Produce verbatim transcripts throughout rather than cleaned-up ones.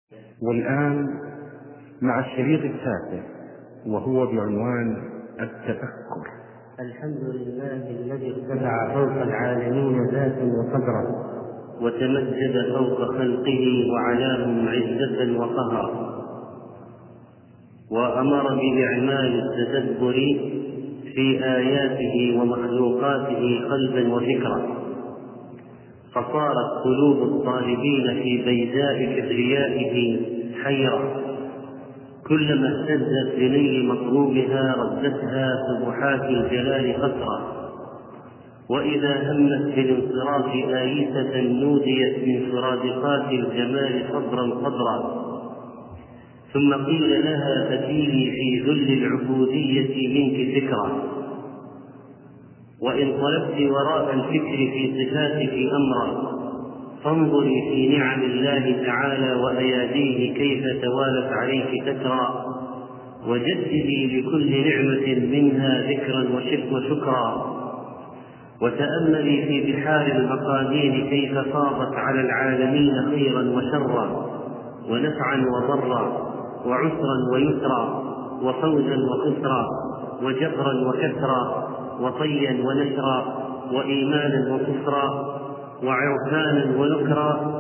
والآن مع الشريط التاسع وهو بعنوان التفكر. الحمد لله الذي ارتفع فوق العالمين ذاتا وقدرا، وتمجد فوق خلقه وعلاهم عزة وقهرا، وأمر بإعمال التدبر في آياته ومخلوقاته قلبا وفكرا، فصارت قلوب الطالبين في بيداء كبريائه حيرة، كلما اهتزت لنيل مطلوبها ردتها سبحات الجلال قسرا، وإذا همت بالانصراف آيسة نوديت من سرادقات الجمال صبرا صبرا، ثم قيل لها فتيلي في ذل العبودية منك فكرا، وإن طلبت وراء الفكر في صفاتك أمرا فانظري في نعم الله تعالى وأياديه كيف توالت عليك تترى، وجددي لكل نعمة منها ذكرا وشكرا، وتأملي في بحار المقادير كيف فاضت على العالمين خيرا وشرا، ونفعا وضرا، وعسرا ويسرا، وفوزا وخسرا، وجبرا وكسرا، وطيا ونشرا، وإيمانا وكفرا، وعرفانا ونكرا.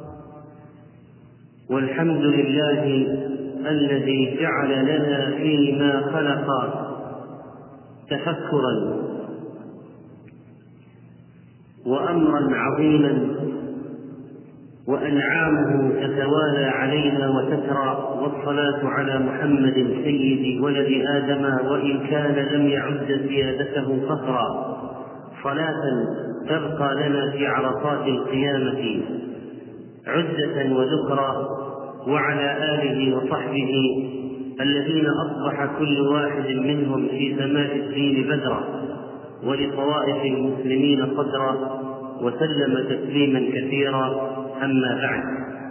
والحمد لله الذي جعل لنا فيما خلق تفكرا وأمرا عظيما، وأنعامه تتوالى علينا وتترى، والصلاة على محمد سيد ولد آدم وإن كان لم يعد زيادته قهرا، صلاة تبقى لنا في عرصات القيامة عزة وذكرا، وعلى آله وصحبه الذين أصبح كل واحد منهم في سماء الدين بدرا، ولطوائف المسلمين قدرا، وسلم تسليما كثيرا. أما بعد،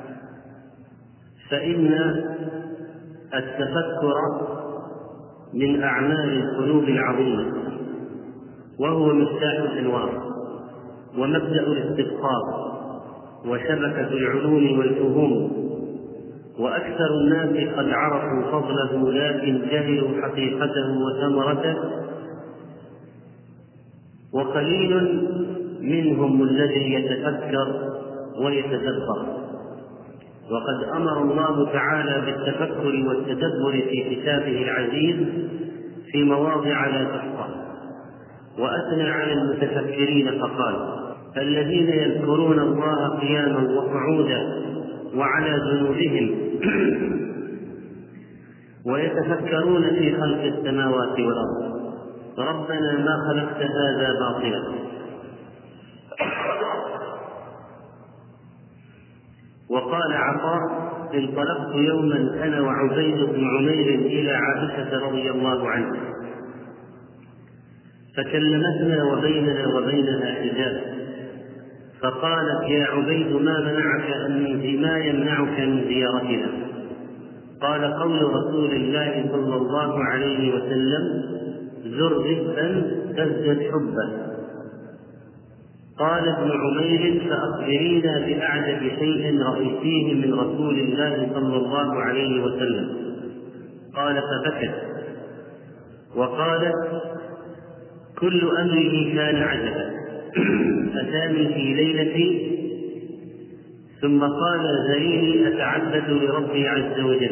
فإن التفكر من أعمال القلوب العظيمة، وهو مفتاح الأنوار ومبدأ الاستبقاء وشبكة العلوم والفهوم، وأكثر الناس قد عرفوا فضله لكن جهلوا حقيقته وثمرته، وقليل منهم الذي يتفكر ويتدبر. وقد أمر الله تعالى بالتفكر والتدبر في كتابه العزيز في مواضع لا تحصى، وأثنى على المتفكرين فقال: الذين يذكرون الله قياما وقعودا وعلى جنوبهم ويتفكرون في خلق السماوات والأرض ربنا ما خلقت هذا باطلا. وقال عطاء: انطلقت يوما أنا وعبيد بن عمير إلى عائشة رضي الله عنها، فكلمتنا وبيننا وبينها حجاب، فقالت: يا عبيد ما منعك أن ما يمنعك من زيارتنا؟ قال: قول رسول الله صلى الله عليه وسلم: زر رزقا تزدد حبا. قال ابن عمير: فأخبرينا بأعجب شيء رأيتيه من رسول الله صلى الله عليه وسلم. قال: فبكت وقالت: كل أمره كان عجبا، أتاني في ليلتي ثم قال: ذريني أتعبد لربي عز وجل،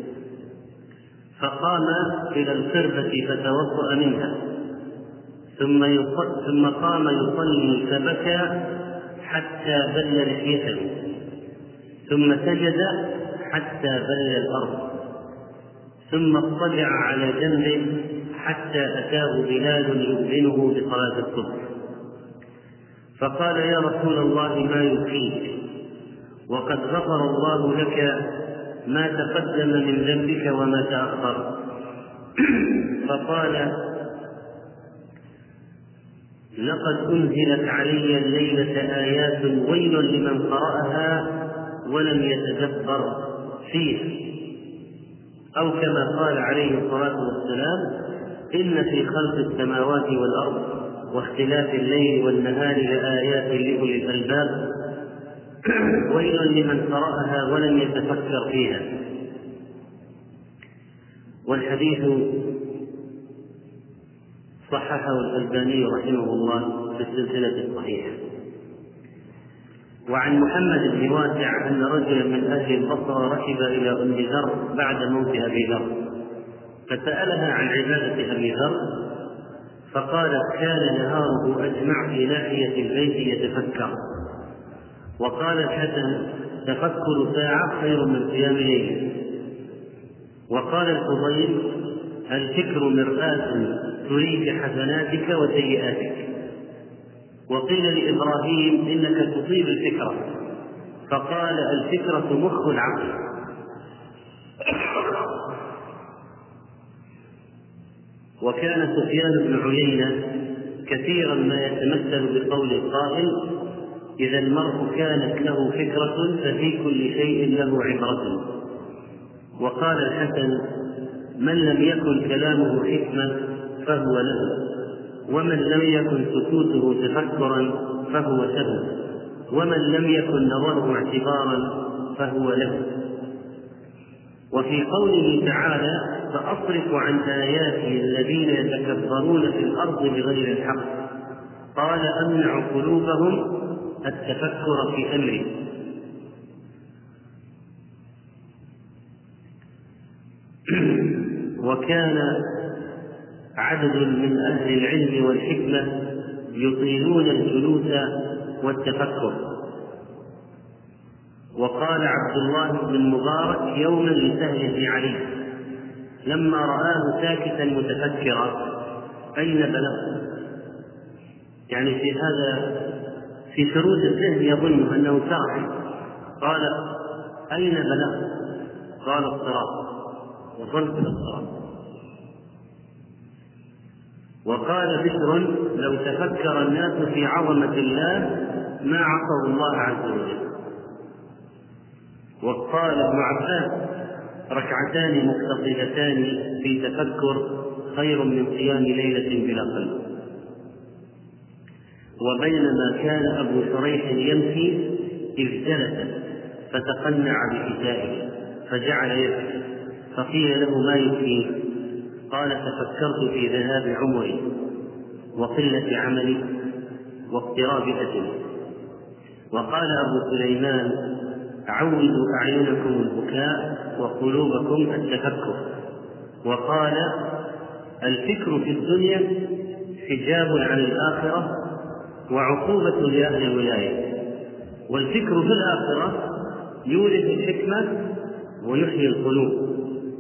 فقام إلى القربة فتوضأ منها، ثم ثم قام يصلي فبكى حتى بل لحيته، ثم سجد حتى بل الأرض، ثم اضطجع على جنبه حتى أتاه بلال يؤذنه بصلاة الصبح، فقال: يا رسول الله ما يبكيك؟ وقد غفر الله لك ما تقدم من ذنبك وما تأخر. فقال: لقد أنزلت علي الليلة آيات ويل لمن قرأها ولم يتدبر فيه، أو كما قال عليه الصلاة والسلام: إن في خلق السماوات والأرض واختلاف الليل والنهار لآيات لأولي الألباب. ويل لمن قرأها ولم يتفكر فيها. والحديث صححه الألباني رحمه الله في السلسلة الصحيحة. وعن محمد بن واسع أن رجلا من أهل البصرة ركب إلى أم ذر بعد موت أبي ذر، فسألها عن عبادة أبي ذر، فقالت: كان نهاره أجمع في ناحية البيت يتفكر. وقال الحسن: تفكر ساعة خير من قيام ليلة. وقال الفضيل: الفكر مرآة تريك حسناتك وسيئاتك. وقيل لإبراهيم: إنك تصيب الفكرة، فقال: الفكرة مخ العقل. وكان سفيان بن عيينة كثيرا ما يتمثل بقول القائل: إذا المرء كانت له فكرة ففي كل شيء له عبرة. وقال الحسن: من لم يكن كلامه حكمة فهو له، ومن لم يكن سكوته تفكرا فهو سهو، ومن لم يكن نظره اعتبارا فهو له. وفي قوله تعالى: فأصرف عن آياتي الذين يتكبرون في الأرض بغير الحق، قال: أمنع قلوبهم التفكر في أمره. وكان عدد من أهل العلم والحكمة يطيلون الجلوس والتفكر. وقال عبد الله بن المبارك يوما لسهل بن علي لما رآه ساكتا متفكرا: أين بلغت؟ يعني في هذا في شرود الذهن يظن أنه ساعي. قال: أين بلغت؟ قال: الصراط. وصلت إلى الصراط. وقال بشر: لو تفكر الناس في عظمة الله ما عصوا الله عز وجل. وقال ابن عباس: ركعتان مقتصدتان في تفكر خير من قيام ليلة بلا قلب. وبينما كان أبو شريح يمشي إذ جلس فتقنع بكتابه فجعل يبكي، فقيل له: ما يبكيه؟ قال: تفكرت في ذهاب عمري وقلة عملي واقتراب أجلي. وقال أبو سليمان: عودوا أعينكم البكاء وقلوبكم التفكر. وقال: الفكر في الدنيا حجاب عن الآخرة وعقوبة لأهل الولاية، والفكر في الآخرة يورث الحكمة ويحيي القلوب.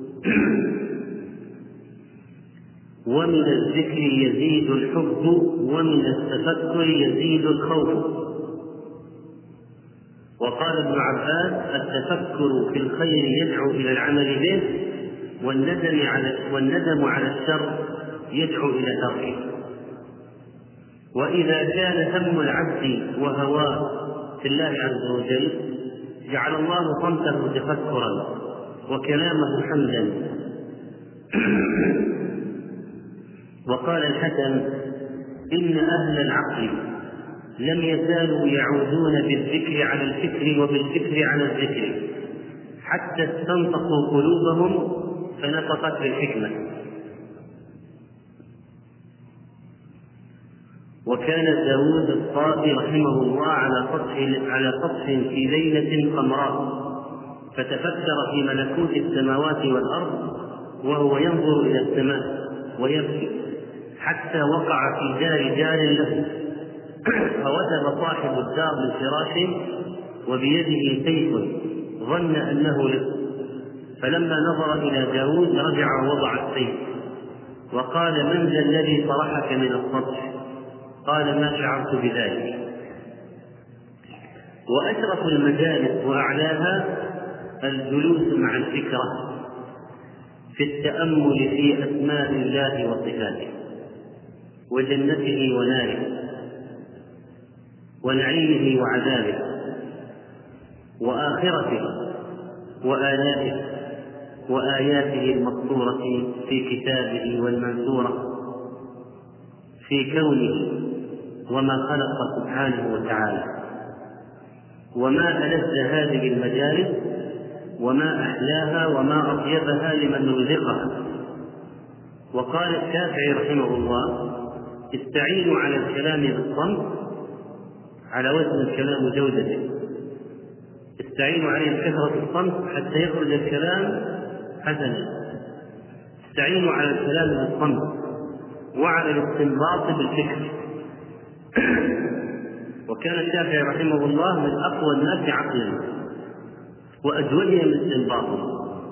ومن الذكر يزيد الحب ومن التفكر يزيد الخوف. وقال ابن عباس: التفكر في الخير يدعو إلى العمل به، والندم على, والندم على الشر يدعو إلى تركه. وإذا كان هم العبد وهواه في الله عز وجل جعل الله صمته تفكرا وكلامه حمدا. وقال الحسن: إن أهل العقل لم يزالوا يعودون بالذكر على الفكر وبالفكر على الذكر حتى استنطقوا قلوبهم فنطقت بالحكمة. وكان داود الطائي رحمه الله على سطح على سطح في ليلة قمراء، فتفكر في ملكوت السماوات والأرض وهو ينظر إلى السماء ويبكي حتى وقع في دار جار له، فوثب صاحب الدار من فراشه وبيده سيف ظن أنه له، فلما نظر إلى داود رجع ووضع السيف وقال: من ذا الذي طرحك من السطح؟ قال: ما شعرت بذلك. وأشرف المجالس وأعلاها الجلوس مع الفكرة في التأمل في أسماء الله وصفاته وجنته وناره ونعيمه وعذابه وآخرته وآلائه وآياته المقصورة في كتابه والمنثورة في كونه وما خلق سبحانه وتعالى. وما ألذ هذه المجالس وما أحلاها وما أطيبها لمن رزقها. وقال الشافعي رحمه الله: استعينوا على الكلام بالصمت، على وزن الكلام جودته، استعينوا عليه بكثرة الصمت حتى يخرج الكلام حسنا، استعينوا على الكلام بالصمت وعلى الاستنباط بالفكر. وكان الشافعي رحمه الله من أقوى الناس عقلا وأجودهم استنباطا،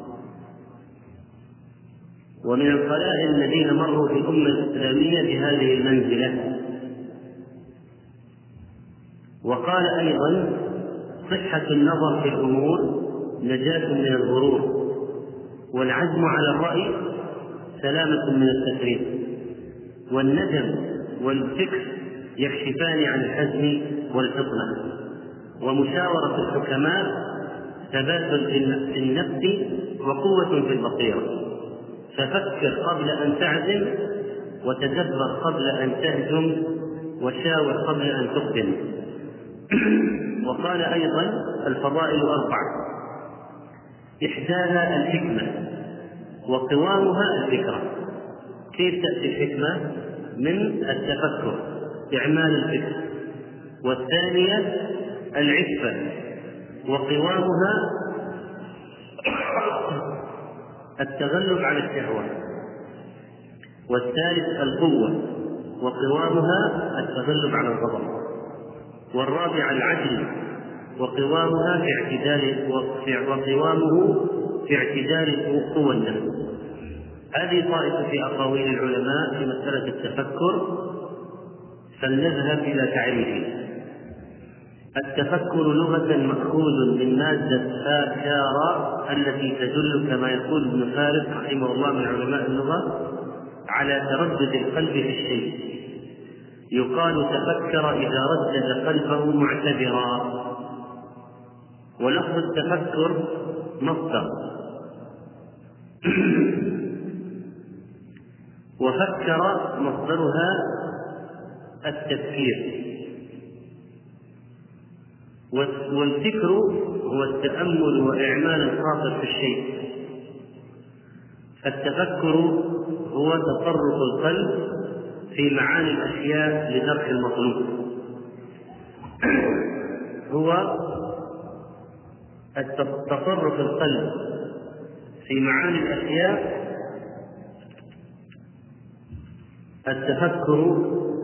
ومن القلائل الذين مروا في الأمة الإسلامية بهذه المنزلة. وقال أيضا: صحة النظر في الأمور نجاة من الغرور، والعزم على الرأي سلامة من التفريط، والندم والفكر يكشفان عن الحزم والفطنة، ومشاورة الحكماء ثبات في النفس وقوة في البصيرة، ففكر قبل أن تعزم، وتدبر قبل أن تهجم، وشاور قبل أن تقدم. وقال أيضا: الفضائل أربعة، إحداها الحكمة وقوامها الفكرة. كيف تأتي الحكمة؟ من التفكر، إعمال الفكر. والثانية العفة وقوامها التغلب على الشهوة. والثالث القوة وقوامها التغلب على الغضب. والرابع العدل وقوامها في اعتدال وقوامه في اعتدال قوى النفس. هذه طائفة أقاويل العلماء في مسألة التفكر، فلنذهب إلى تعريفه. التفكر لغة مأخوذ من مادة فاكار التي تدل كما يقول ابن فارس رحمه الله من علماء اللغة على تردد القلب في الشيء. يقال تفكر إذا ردد قلبه معتبرا. ولفظ التفكر مصدر، وفكر مصدرها التفكير. والفكر هو التأمل وإعمال الخاطر في الشيء. فالتفكر هو تصرف القلب في معاني الأشياء لدرك المطلوب، هو تصرف القلب في معاني الأشياء. التفكر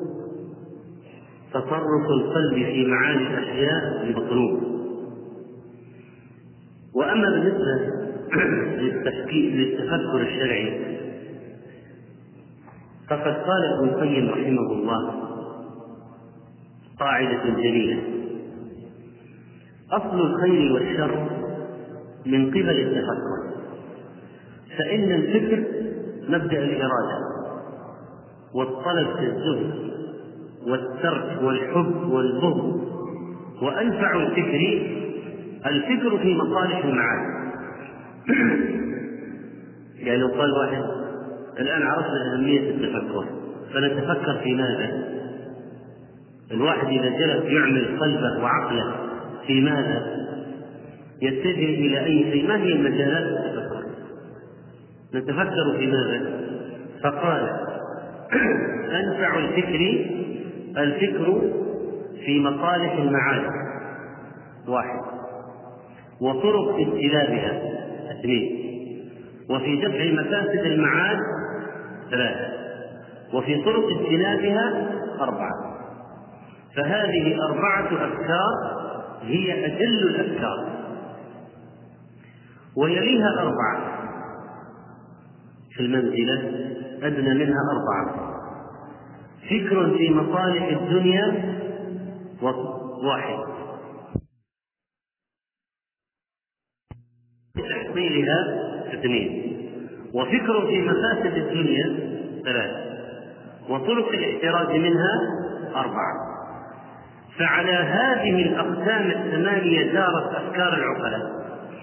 تصرف القلب في معاني الأشياء المطلوب. وأما بالنسبة للتفكر الشرعي فقد قال ابن القيم رحمه الله قاعدة جليلة: أصل الخير والشر من قبل التفكر، فإن الفكر مبدأ الإرادة والطلب كالزهد والترك والحب والبغض. وأنفع الفكر الفكر في مصالح المعاد. يعني لو قال واحد: الآن عرفنا أهمية التفكر، فنتفكر في ماذا؟ الواحد إذا جلس يعمل قلبه وعقله في ماذا؟ يتجه إلى أي شيء. ما هي المجالات التفكر؟ نتفكر في ماذا؟ فقال: أنفع الفكر الفكر في مصالح المعاد واحد، وطرق اجتلابها اثنين، وفي دفع مفاسد المعاد ثلاثة، وفي طرق اجتنابها أربعة. فهذه أربعة أفكار هي أجل الأفكار، ويليها أربعة في المنزلة، أدنى منها أربعة: فكر في مصالح الدنيا واحد، تحصيلها اثنين، وفكر في مفاسد الدنيا ثلاثة، وطرق الاحتراز منها أربعة. فعلى هذه الأقسام الثمانية دارت أفكار العقلاء.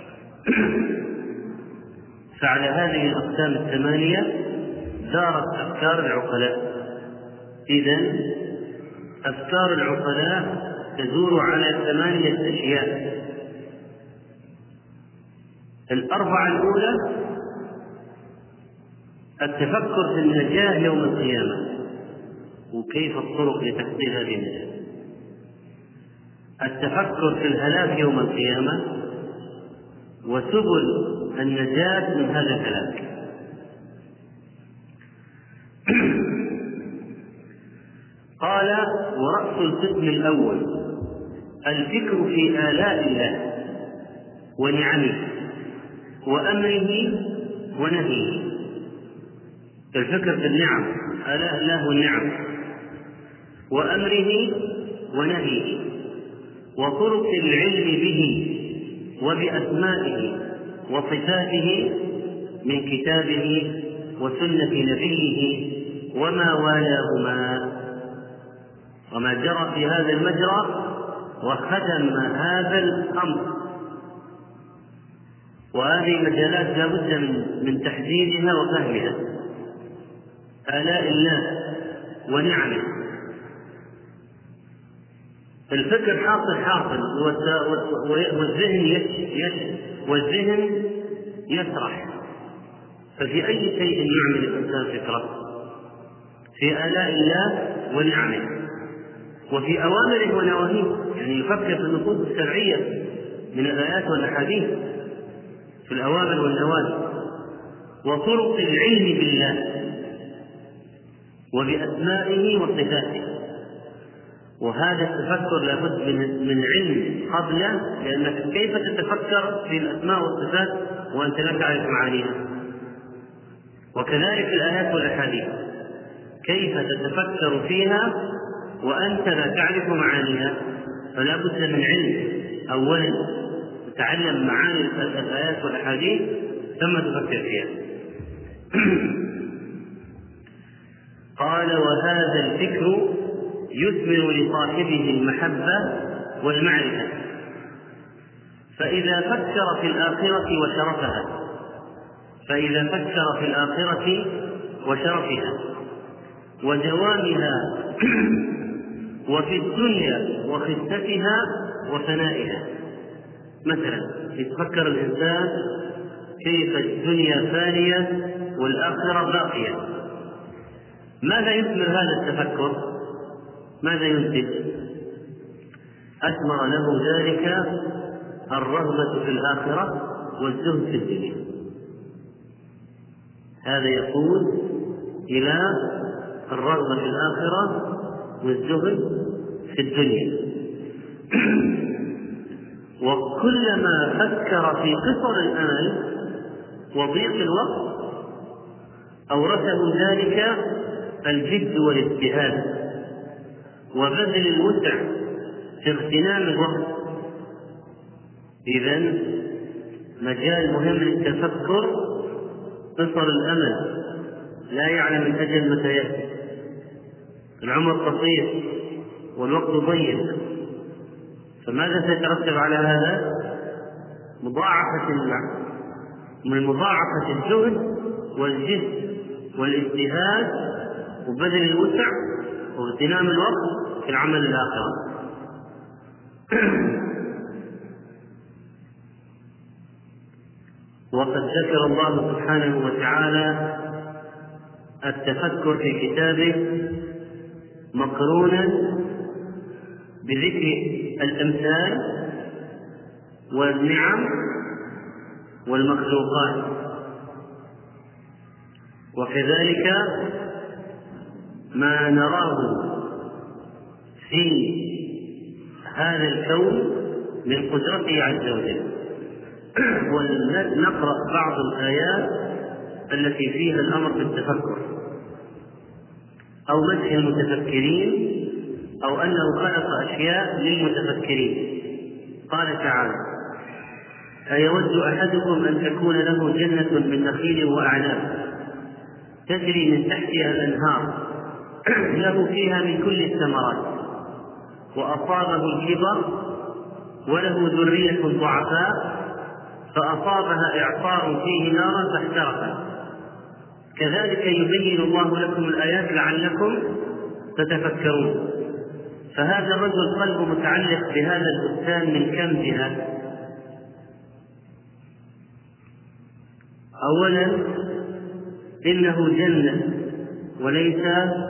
فعلى هذه الأقسام الثمانية دارت أفكار العقلاء. إذن أفكار العقلاء تدور على ثمانية أشياء. الأربعة الأولى التفكر في النجاة يوم القيامة وكيف الطرق لتحصيل هذه النجاة، التفكر في الهلاك يوم القيامة وسبل النجاة من هذا الهلاك. قال: ورأس القسم الأول الفكر في آلاء الله ونعمه وأمره ونهيه. الفكر في النعم، آلاء الله والنعم، وأمره ونهيه، وطرق العلم به وبأسمائه وصفاته من كتابه وسنة نبيه وما والاهما، وما جرى في هذا المجرى وختم هذا الأمر. وهذه مجالات لا بد من تحديدها وفهمها. آلاء الله ونعمه، الفكر حاصل حاصل والذهن يش والذهن يسرح. ففي أي شيء يعمل الإنسان فكرة؟ في آلاء الله ونعمه، وفي أوامره ونواهيه، يعني يفكر في النصوص الشرعية من الآيات والأحاديث في الأوامر والنواهي، وطرق العلم بالله وبأسمائه وصفاته. وهذا التفكر لابد من علم قبله، لأنك كيف تتفكر في الأسماء والصفات وأنت لا تعرف معانيها؟ وكذلك الآيات والأحاديث كيف تتفكر فيها وأنت لا تعرف معانيها؟ فلا بد من علم أولا، تتعلم معاني الآيات والأحاديث ثم تفكر فيها. قال: وهذا الفكر يثمر لصاحبه المحبة والمعرفة، فإذا فكر في الآخرة وشرفها فإذا فكر في الآخرة وشرفها ودوامها وفي الدنيا وخفتها وفنائها. مثلا يتفكر الإنسان كيف الدنيا فانية والآخرة باقية، ماذا يثمر هذا التفكر؟ ماذا ينتج؟ أثمر له ذلك الرغبة في الآخرة والزهد في الدنيا. هذا يقود إلى الرغبة في الآخرة والزهد في الدنيا. وكلما فكر في قصر الأمل وضيق الوقت أورثه ذلك الجد والاجتهاد وبذل الوسع في اغتنام الوقت. إذن مجال مهم للتفكر قصر الأمل، لا يعلم الأجل متى يأتي، العمر قصير والوقت ضيق، فماذا سيترتب على هذا؟ مضاعفة من مضاعفة الجهد والجد والاجتهاد وبذل الوسع واغتنام الوقت في العمل الآخر. وقد ذكر الله سبحانه وتعالى التفكر في كتابه مقرونا بذكر الأمثال والنعم والمخلوقات، وكذلك ما نراه في هذا الكون من قدرته عز وجل. ونقرأ بعض الآيات التي فيها الأمر بالتفكر أو مدح المتفكرين أو أنه خلق أشياء للمتفكرين. قال تعالى: أيود أحدكم أن تكون له جنة من نخيل وأعناب تجري من تحتها الأنهار له فيها من كل الثمرات وأصابه الكبر وله ذرية ضعفاء فأصابها إعصار فيه نارا فاحترقت كذلك يبين الله لكم الآيات لعلكم تتفكرون. فهذا الرجل قلبه متعلق بهذا البستان من كم جهة. أولا إنه جنة وليس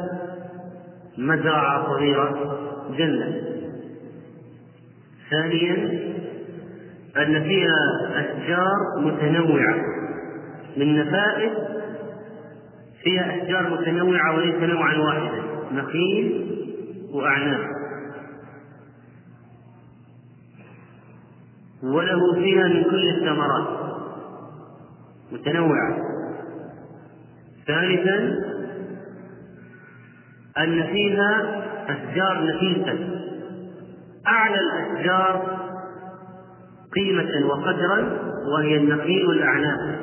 مزرعة صغيرة، جنة. ثانيا أن فيها أشجار متنوعة من نفائس، فيها أشجار متنوعة وليس نوعا واحدا، نخيل وأعناب، وله فيها من كل الثمرات متنوعة. ثالثا أن فيها أشجار نفيسة، أعلى الأشجار قيمة وقدرا وهي النخيل والأعناب،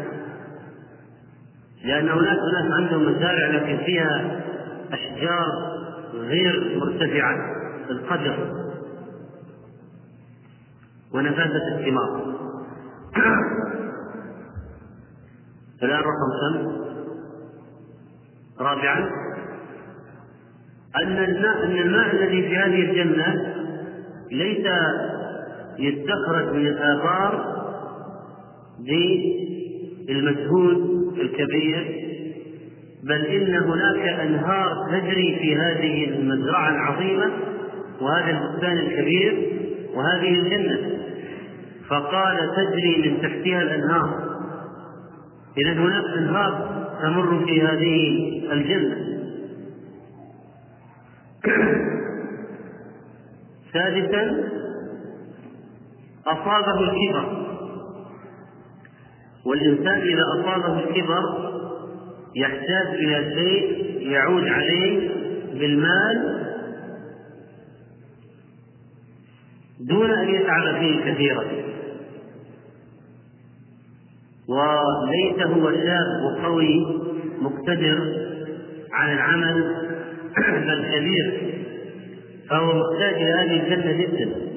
لأن هناك ناس عندهم مزارع لكن فيها أشجار غير مرتفعة القدر ونفاسة الثمار. الآن رقم كم؟ رابعا أن الماء, أن الماء الذي في هذه الجنة ليس يستخرج من الآبار بالمجهود الكبير، بل إن هناك أنهار تجري في هذه المزرعة العظيمة وهذا البستان الكبير وهذه الجنة، فقال تجري من تحتها الأنهار. إذن هناك أنهار تمر في هذه الجنة. ثالثا أصابه الكبر، والإنسان إذا أصابه الكبر يحتاج إلى شيء يعود عليه بالمال دون أن يتعب فيه كثيرا، وليس هو شاب وقوي مقتدر على العمل بل كبير، فهو محتاج إلى هذه الجنة جدا.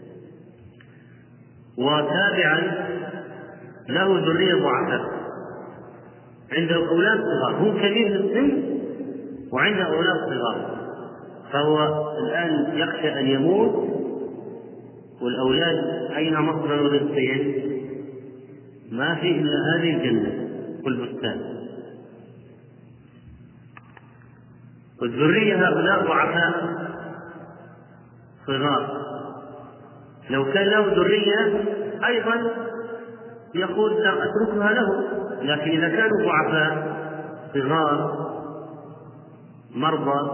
وتابعا له ذرية ضعفاء، عنده أولاد صغار، هو كبير السن وعنده أولاد صغار، فهو الآن يخشى أن يموت، والأولاد أين مصدر رزقهم؟ ما في إلا هذه الجنة والبستان. والذرية هؤلاء ضعفاء صغار، لو كان له ذرية أيضا يقول سأتركها له، لكن إذا كانوا ضعفاء صغار مرضى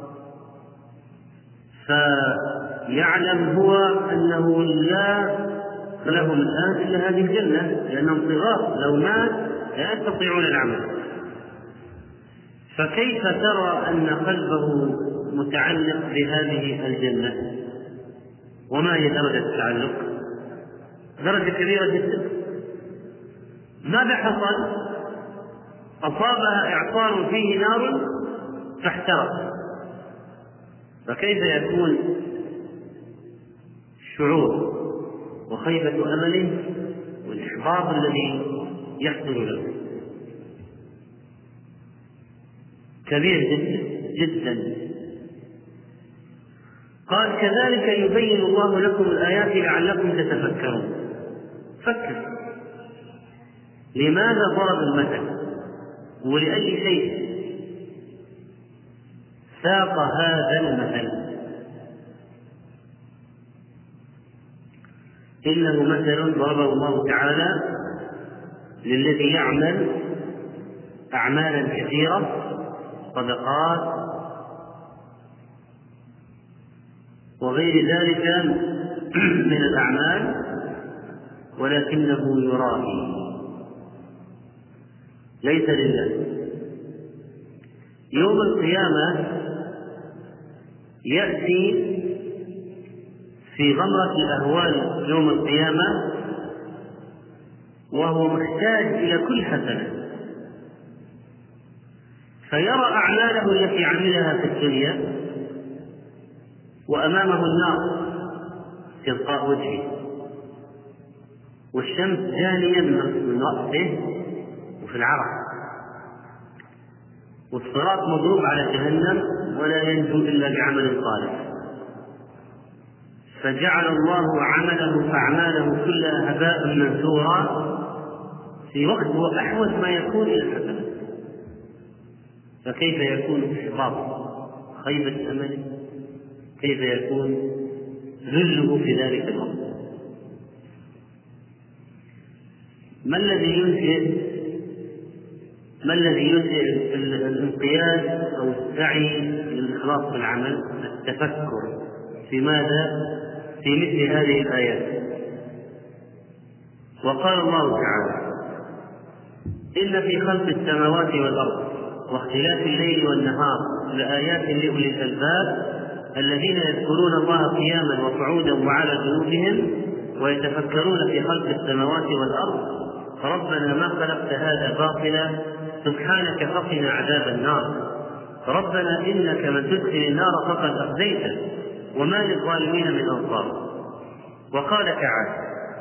فيعلم هو أنه لا لهم الآن إلا هذه الجنة، لأنهم صغار لو مات لا يستطيعون العمل. فكيف ترى أن قلبه متعلق بهذه الجنة؟ وما هي درجة التعلق؟ درجة كبيرة جدا. ماذا حصل؟ أصابها إعصار فيه نار فاحترق، فكيف يكون الشعور وخيبة أمله والإحباط الذي يحصل له؟ كبير جدا جدا. قال كذلك يبين الله لكم الآيات لعلكم تتفكرون. فكر، لماذا ضرب المثل ولأي شيء ساق هذا المثل؟ إنه مثل ضربه الله تعالى للذي يعمل أعمالا كثيرة، صدقات وغير ذلك من الأعمال، ولكنه يرائي ليس لله. يوم القيامة يأتي في غمرة الأهوال يوم القيامة وهو محتاج إلى كل حسنة، فيرى أعماله التي عملها في الدنيا وأمامه النار تلقاء وجهه، والشمس جانية من رأسه وفي العرق، والصراط مضروب على جهنم ولا ينجو إلا بعمل صالح. فجعل الله عمله فأعماله كلها هباء منثورا في وقت هو أحوج ما يكون إلى الحسنات. فكيف يكون إحباط خيبة أمله؟ كيف يكون ذله في ذلك الوقت؟ ما الذي ينشئ ما الذي ينشئ الانقياد أو السعي للإخلاص في العمل؟ التفكر في ماذا؟ في مثل هذه الآيات. وقال الله تعالى: إن في خلق السماوات والأرض واختلاف الليل والنهار لآيات لأولي الألباب الذين يذكرون الله قياما وقعودا وعلى جنوبهم ويتفكرون في خلق السماوات والأرض ربنا ما خلقت هذا باطلا سبحانك فقنا عذاب النار ربنا إنك من تدخل النار فقد أخزيته وما للظالمين من أنصار. وقال تعالى: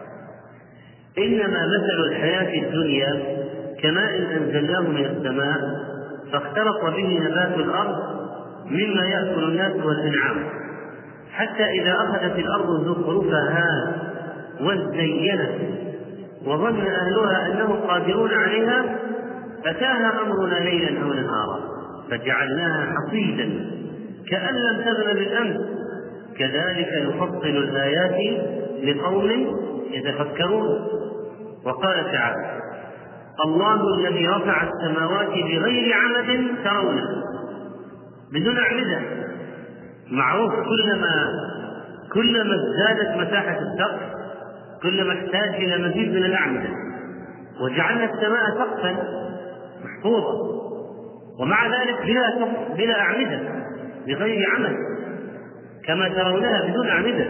إنما مثل الحياة الدنيا كماء أنزلناه من السماء فاختلط به نبات الأرض مما يأكل الناس والأنعام حتى إذا أخذت الأرض زخرفها وزينت وظن أهلها أنهم قادرون عليها أتاها أمرنا ليلا أو نهارا فجعلناها حصيدا كأن لم تغن بالأمس كذلك نفصل الآيات لقوم يتفكرون. وقال تعالى: الله الذي رفع السماوات بغير عمد ترونه، بدون أعمدة. معروف كلما كلما ازدادت مساحة السقف كلما احتاج إلى مزيد من الأعمدة، وجعلنا السماء سقفا محفوظا ومع ذلك بلا سقف بلا أعمدة بغير عمد كما ترونها بدون أعمدة.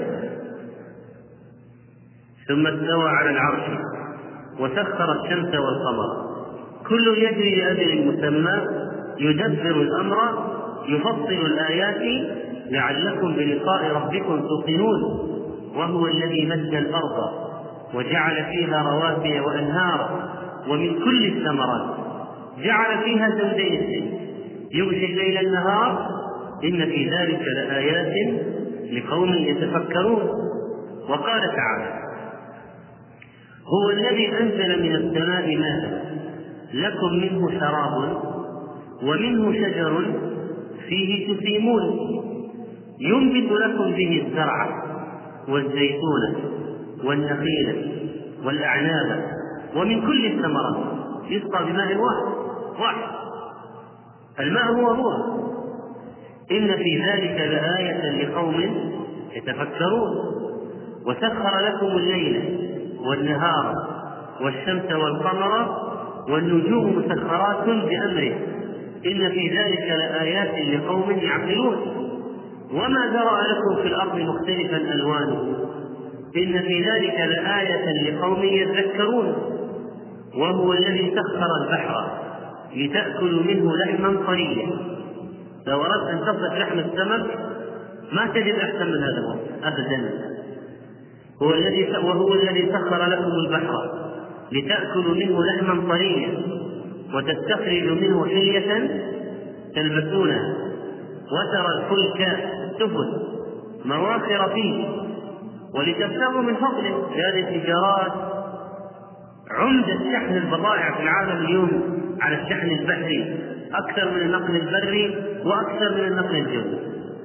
ثم استوى على العرش وسخر الشمس والقمر كل يجري لأجل مسمى يدبر الأمر يفصل الآيات لعلكم بلقاء ربكم توقنون وهو الذي مد الأرض وجعل فيها رواسي وأنهارا ومن كل الثمرات جعل فيها زوجين اثنين يغشي الليل النهار إن في ذلك لآيات لقوم يتفكرون. وقال تعالى: هو الذي أنزل من السماء ماء لكم منه شراب ومنه شجر فيه تسيمون ينبت لكم به الزرع والزيتون والنخيل والأعناب ومن كل الثمرات يسقى بماء واحد واحد الماء هو هو إن في ذلك لآية لقوم يتفكرون. وسخر لكم الليل والنهار والشمس والقمر والنجوم مسخرات بأمره إن في ذلك لآيات لقوم يعقلون. وما ذرأ لكم في الأرض مختلفا ألوانه إن في ذلك لآية لقوم يذكرون. وهو الذي سخر البحر لتأكلوا منه لحما طريا. لو أردت أن تصف لحم السمك ما تجد أحسن من هذا الوصف أبدا. هو الذي وهو الذي سخر لكم البحر لتأكلوا منه لحما طريا وتستخرجوا منه حلية تلبسونها وترى الفلك سفن مواخر فيه ولتبتغوا من فضله. هذه التجارات عمدة شحن البضائع في العالم اليوم على الشحن البحري أكثر من النقل البري وأكثر من النقل الجوي.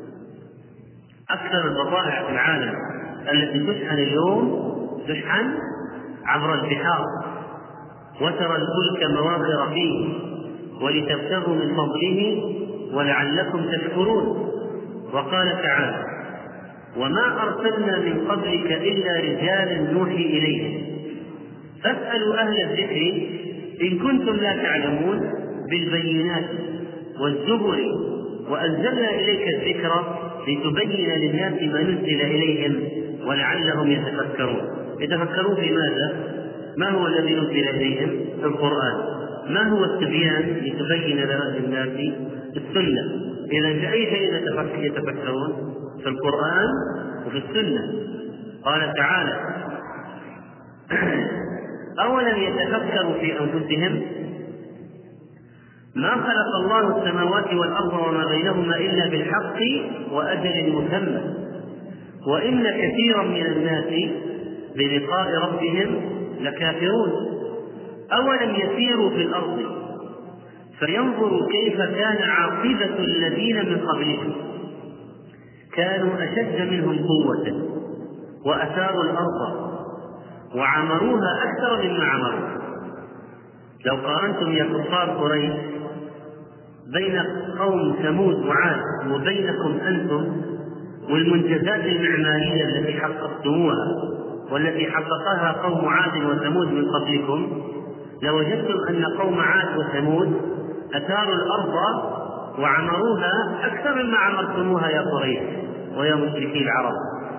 أكثر البضائع في العالم التي تشحن اليوم تشحن عبر البحار وترى الفلك مواخر فيه ولتبتغوا من فضله ولعلكم تشكرون. وقال تعالى: وما أرسلنا من قبلك إلا رجالا نوحي إليهم فاسألوا أهل الذكر إن كنتم لا تعلمون بالبينات والزبر وأنزلنا إليك الذكر لتبين للناس ما نزل إليهم ولعلهم يتفكرون. يتفكرون في ماذا؟ ما هو الذي نزل إليهم؟ القرآن. ما هو التبيان لتبين للناس؟ السنة. إذا في أي شيء يتفكرون؟ في القرآن وفي السنة. قال تعالى: أولم يتفكروا في أنفسهم ما خلق الله السماوات والأرض وما بينهما إلا بالحق وأجل مسمى وإن كثيرا من الناس بلقاء ربهم لكافرون. أولم يسيروا في الأرض فينظروا كيف كان عاقبة الذين من قبلهم كانوا أشد منهم قوة وأثاروا الأرض وعمروها أكثر مما عمروها. لو قارنتم يا كفار قريش بين قوم ثمود وعاد وبينكم أنتم والمنجزات المعمارية التي حققتموها والتي حققها قوم عاد وثمود من قبلكم، لوجدتم أن قوم عاد وثمود أثاروا الأرض وعمروها أكثر مما عمرتموها يا قريش ويا مشركي العرب.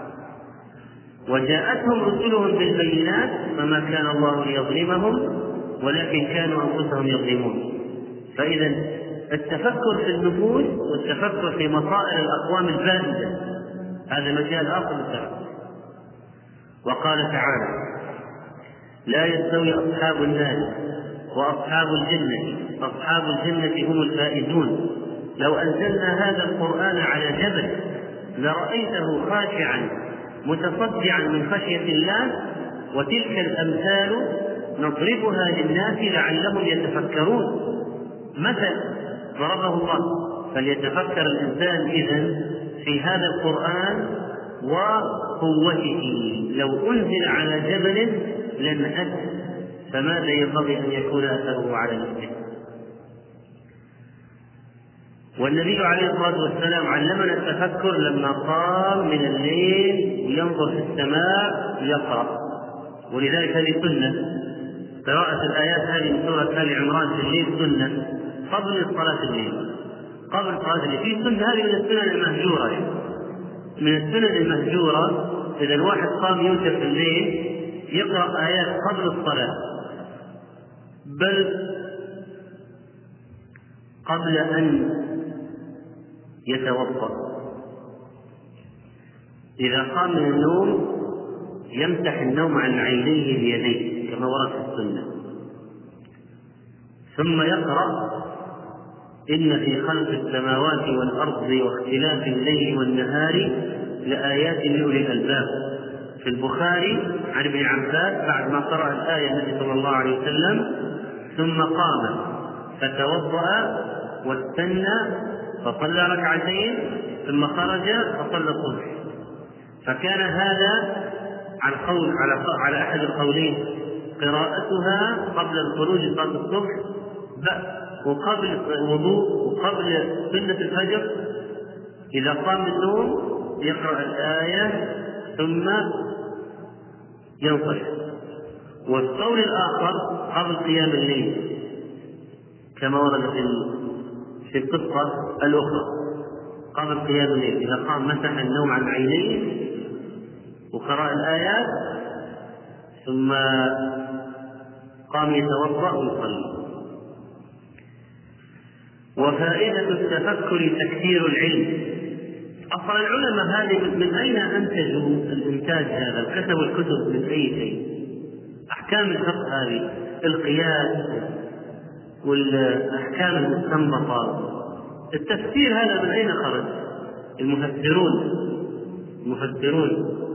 وجاءتهم رسلهم بالبينات فما كان الله ليظلمهم ولكن كانوا أنفسهم يظلمون. فإذا التفكر في النفوس والتفكر في مصائر الأقوام البائدة هذا مجال آخر للتفكر. وقال تعالى: لا يستوي أصحاب النار وأصحاب الجنة أصحاب الجنة هم الفائزون. لو أنزلنا هذا القرآن على جبل لرأيته خاشعا متصدعا من خشية الله. وتلك الأمثال نضربها للناس لعلهم يتفكرون. مثل ضربه الله فليتفكر الإنسان إذن في هذا القرآن وقوته. لو أنزل على جبل لانهد فماذا ينبغي أن يكون أثره على نفسه؟ والنبي عليه الصلاة والسلام علمنا التفكر لما قام من الليل ينظر في السماء يقرأ. ولذلك هذه سنة قراءة الآيات هذه من سورة آل عمران في الليل سنة قبل صلاة الليل قبل صلاة الليل. في سنة هذه من السنن المهجورة يعني. من السنن المهجورة إذا الواحد قام يوتر في الليل يقرأ آيات قبل الصلاة بل قبل أن يتوضأ. إذا قام من النوم يمسح النوم عن عينيه بيديه كما ورد في السنة، ثم يقرأ: إن في خلق السماوات والأرض واختلاف الليل والنهار لآيات لأولي الألباب. في البخاري عن ابن عباس بعد ما قرأ الآية النبي صلى الله عليه وسلم ثم قام فتوضأ واستنى فصلى ركعتين ثم خرج فصلى الصبح. فكان هذا على قول على على أحد القولين قراءتها قبل الخروج صلاة الصبح وقبل الوضوء وقبل سنة الفجر. إذا قام من النوم يقرأ الآية ثم ينصرف. والقول الآخر قبل قيام الليل كما ورد في القصة الأخرى قبل قيام الليل. إذا قام مسح النوم عن عينيه وقرأ الآيات ثم قام يتوضأ ويصلي. وفائدة التفكر تكثير العلم. أصلا العلماء هذه من أين أنتجوا الإنتاج هذا؟ كتبوا الكتب من أي شيء؟ أحكام الفقه هذه القياس والأحكام المستنبطة التفسير هذا من أين خرج؟ المفسرون المفسرون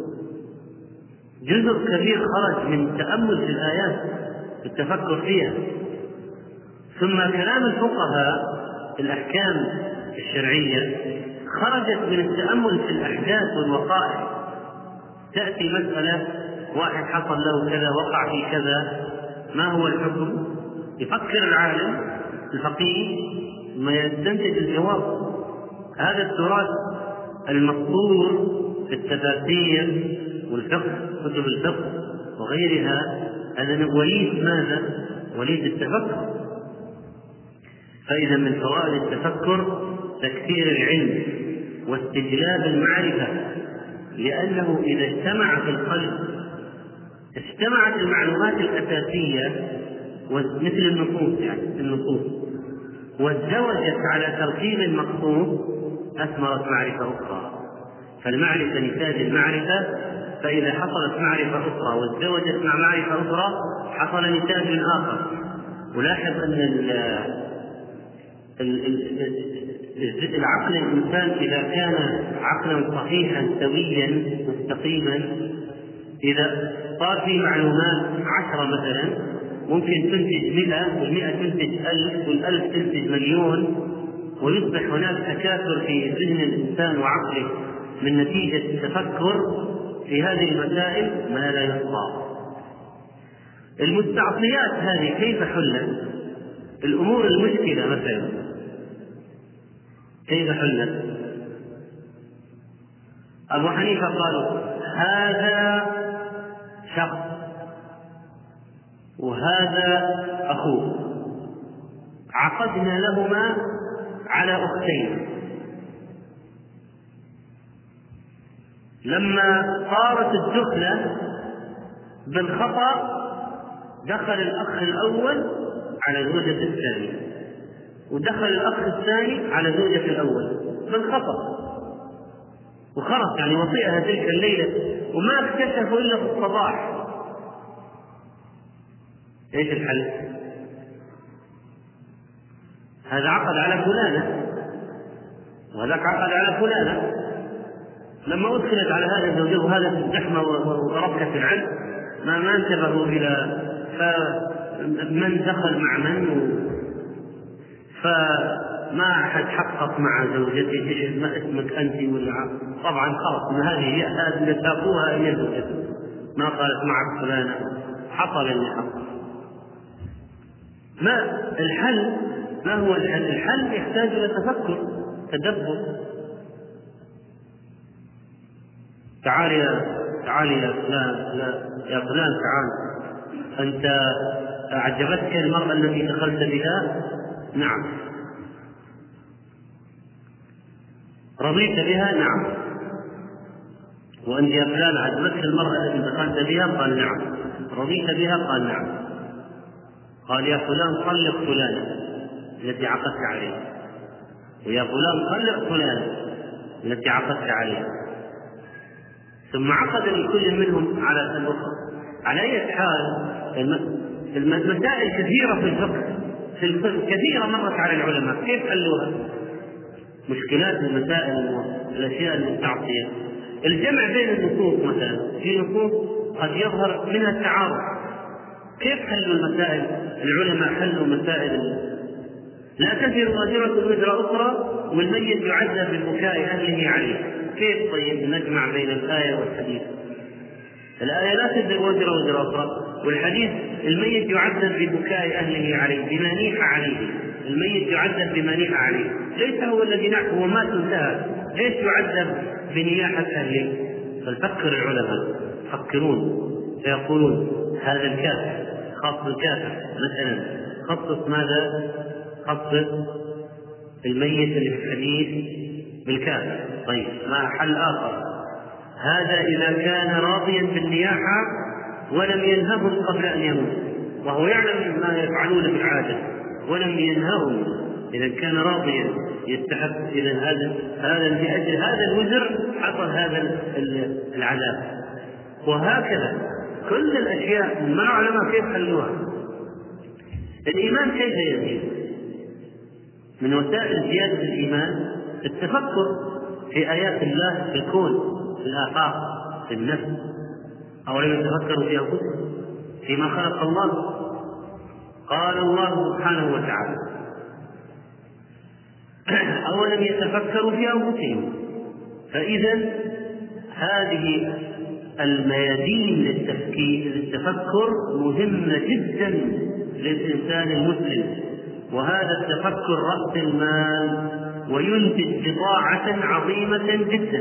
جزء كبير خرج من تأمل في الآيات التفكر فيها. ثم كلام الفقهاء الأحكام الشرعية خرجت من التأمل في الأحداث والوقائع. تأتي مسألة واحد حصل له كذا وقع في كذا ما هو الحكم؟ يفكر العالم الفقيه ما يستنتج الجواب. هذا التراث المقصور في التفاسير والفقه كتب الفقه وغيرها هذا وليد ماذا؟ وليد التفكر. فإذا من فوائد التفكر تكثير العلم واستجلاب المعرفة، لأنه إذا اجتمع في القلب اجتمعت المعلومات الأساسية مثل النصوص يعني النصوص وازدوجت على ترتيب المقصود أثمرت معرفة أخرى. فالمعرفة نتاج المعرفة، فإذا حصلت معرفة أخرى وازدوجت مع معرفة أخرى حصل نتاج آخر. ولاحظ أن العقل الإنسان إذا كان عقلا صحيحا سويا مستقيما، إذا صار في معلومات عشرة مثلا ممكن تنتج مئة، والمئة تنتج ألف، والألف تنتج مليون، ويصبح هناك تكاثر في ذهن الإنسان وعقله من نتيجة التفكر في هذه المسائل ما لا يحصى. المستعصيات هذه كيف حلت؟ الأمور المشكلة مثلا كيف حلت؟ أبو حنيفة قالوا هذا شخص وهذا أخوه، عقدنا لهما على أختين، لما صارت الدخلة بالخطأ دخل الأخ الأول على زوجة الثاني، ودخل الأخ الثاني على زوجة الأول بالخطأ، وخرج يعني وطئها تلك الليلة وما اكتشفوا إلا في الصباح. ايش الحل؟ هذا عقد على فلانة وهذاك عقد على فلانة، لما أدخلت على هذا الزوجة وهذا في الزحمة وربكة العلم ما ما انتبهوا إلى فمن دخل مع من، فما أحد حقق مع زوجته إيش ما اسمك أنت ولا طبعا خلص من هذه هي هذه ساقوها إلى زوجته، ما قالت معك فلانة، حصل اللي حصل. ما الحل؟ ما هو الحل؟ الحل يحتاج إلى تفكر تدبر. تعال يا تعال يا فلان يا فلان تعال، أنت أعجبتك المرأة التي دخلت بها؟ نعم. رضيت بها؟ نعم. وأنت يا فلان أعجبتك المرأة التي دخلت بها؟ قال نعم. رضيت بها؟ قال نعم. قال يا فلان طلق فلانة التي عقدت عليها، ويا فلان طلق فلانة التي عقدت عليها، ثم عقد لكل منهم على الأخرى. على أي حال المسائل كثيرة في الفقه، في الفقه كثيرة مرت على العلماء، كيف حلوها؟ مشكلات المسائل والأشياء المستعصية، الجمع بين النصوص مثلا، في نصوص قد يظهر منها التعارض، كيف حلوا المسائل؟ العلماء حلوا مسائل لا تزر وازرة وزر أخرى والميت يعذب بالبكاء أهله عليه، كيف طيب نجمع بين الآية والحديث؟ الآية لا تزر وزر وزر أخرى، والحديث الميت يعذب ببكاء أهله عليه بما نيح عليه، الميت يعذب بما نيح عليه، ليس هو الذي ناح، هو مات انتهى، ليش يعذب بنياحة أهله؟ فلفكر العلماء يفكرون فيقولون هذا الكافر خاص بالكافر مثلا، خصص ماذا؟ خصص الميت اللي في الحديث بالكافر. طيب ما حل آخر؟ هذا إذا كان راضيا بالنياحة ولم ينههم قبل أن يموت، وهو يعلم ما يفعلون بالعادة ولم ينههم، إذا كان راضيا يستحق، إذا هذا هذا لأجل هذا الوزر حصل هذا العذاب. وهكذا كل الأشياء ما العلماء كيف حلوها. الإيمان كيف يزيد؟ من وسائل زيادة الإيمان التفكر في آيات الله في الكون، في الآفاق، في النفس. أولم يتفكروا في أنفسهم فيما خلق الله؟ قال الله سبحانه وتعالى أولم يتفكروا في أنفسهم. فإذا هذه الميادين للتفكير للتفكر مهمة جدا للإنسان المسلم، وهذا التفكر رأس المال وينتج بضاعة عظيمة جدا.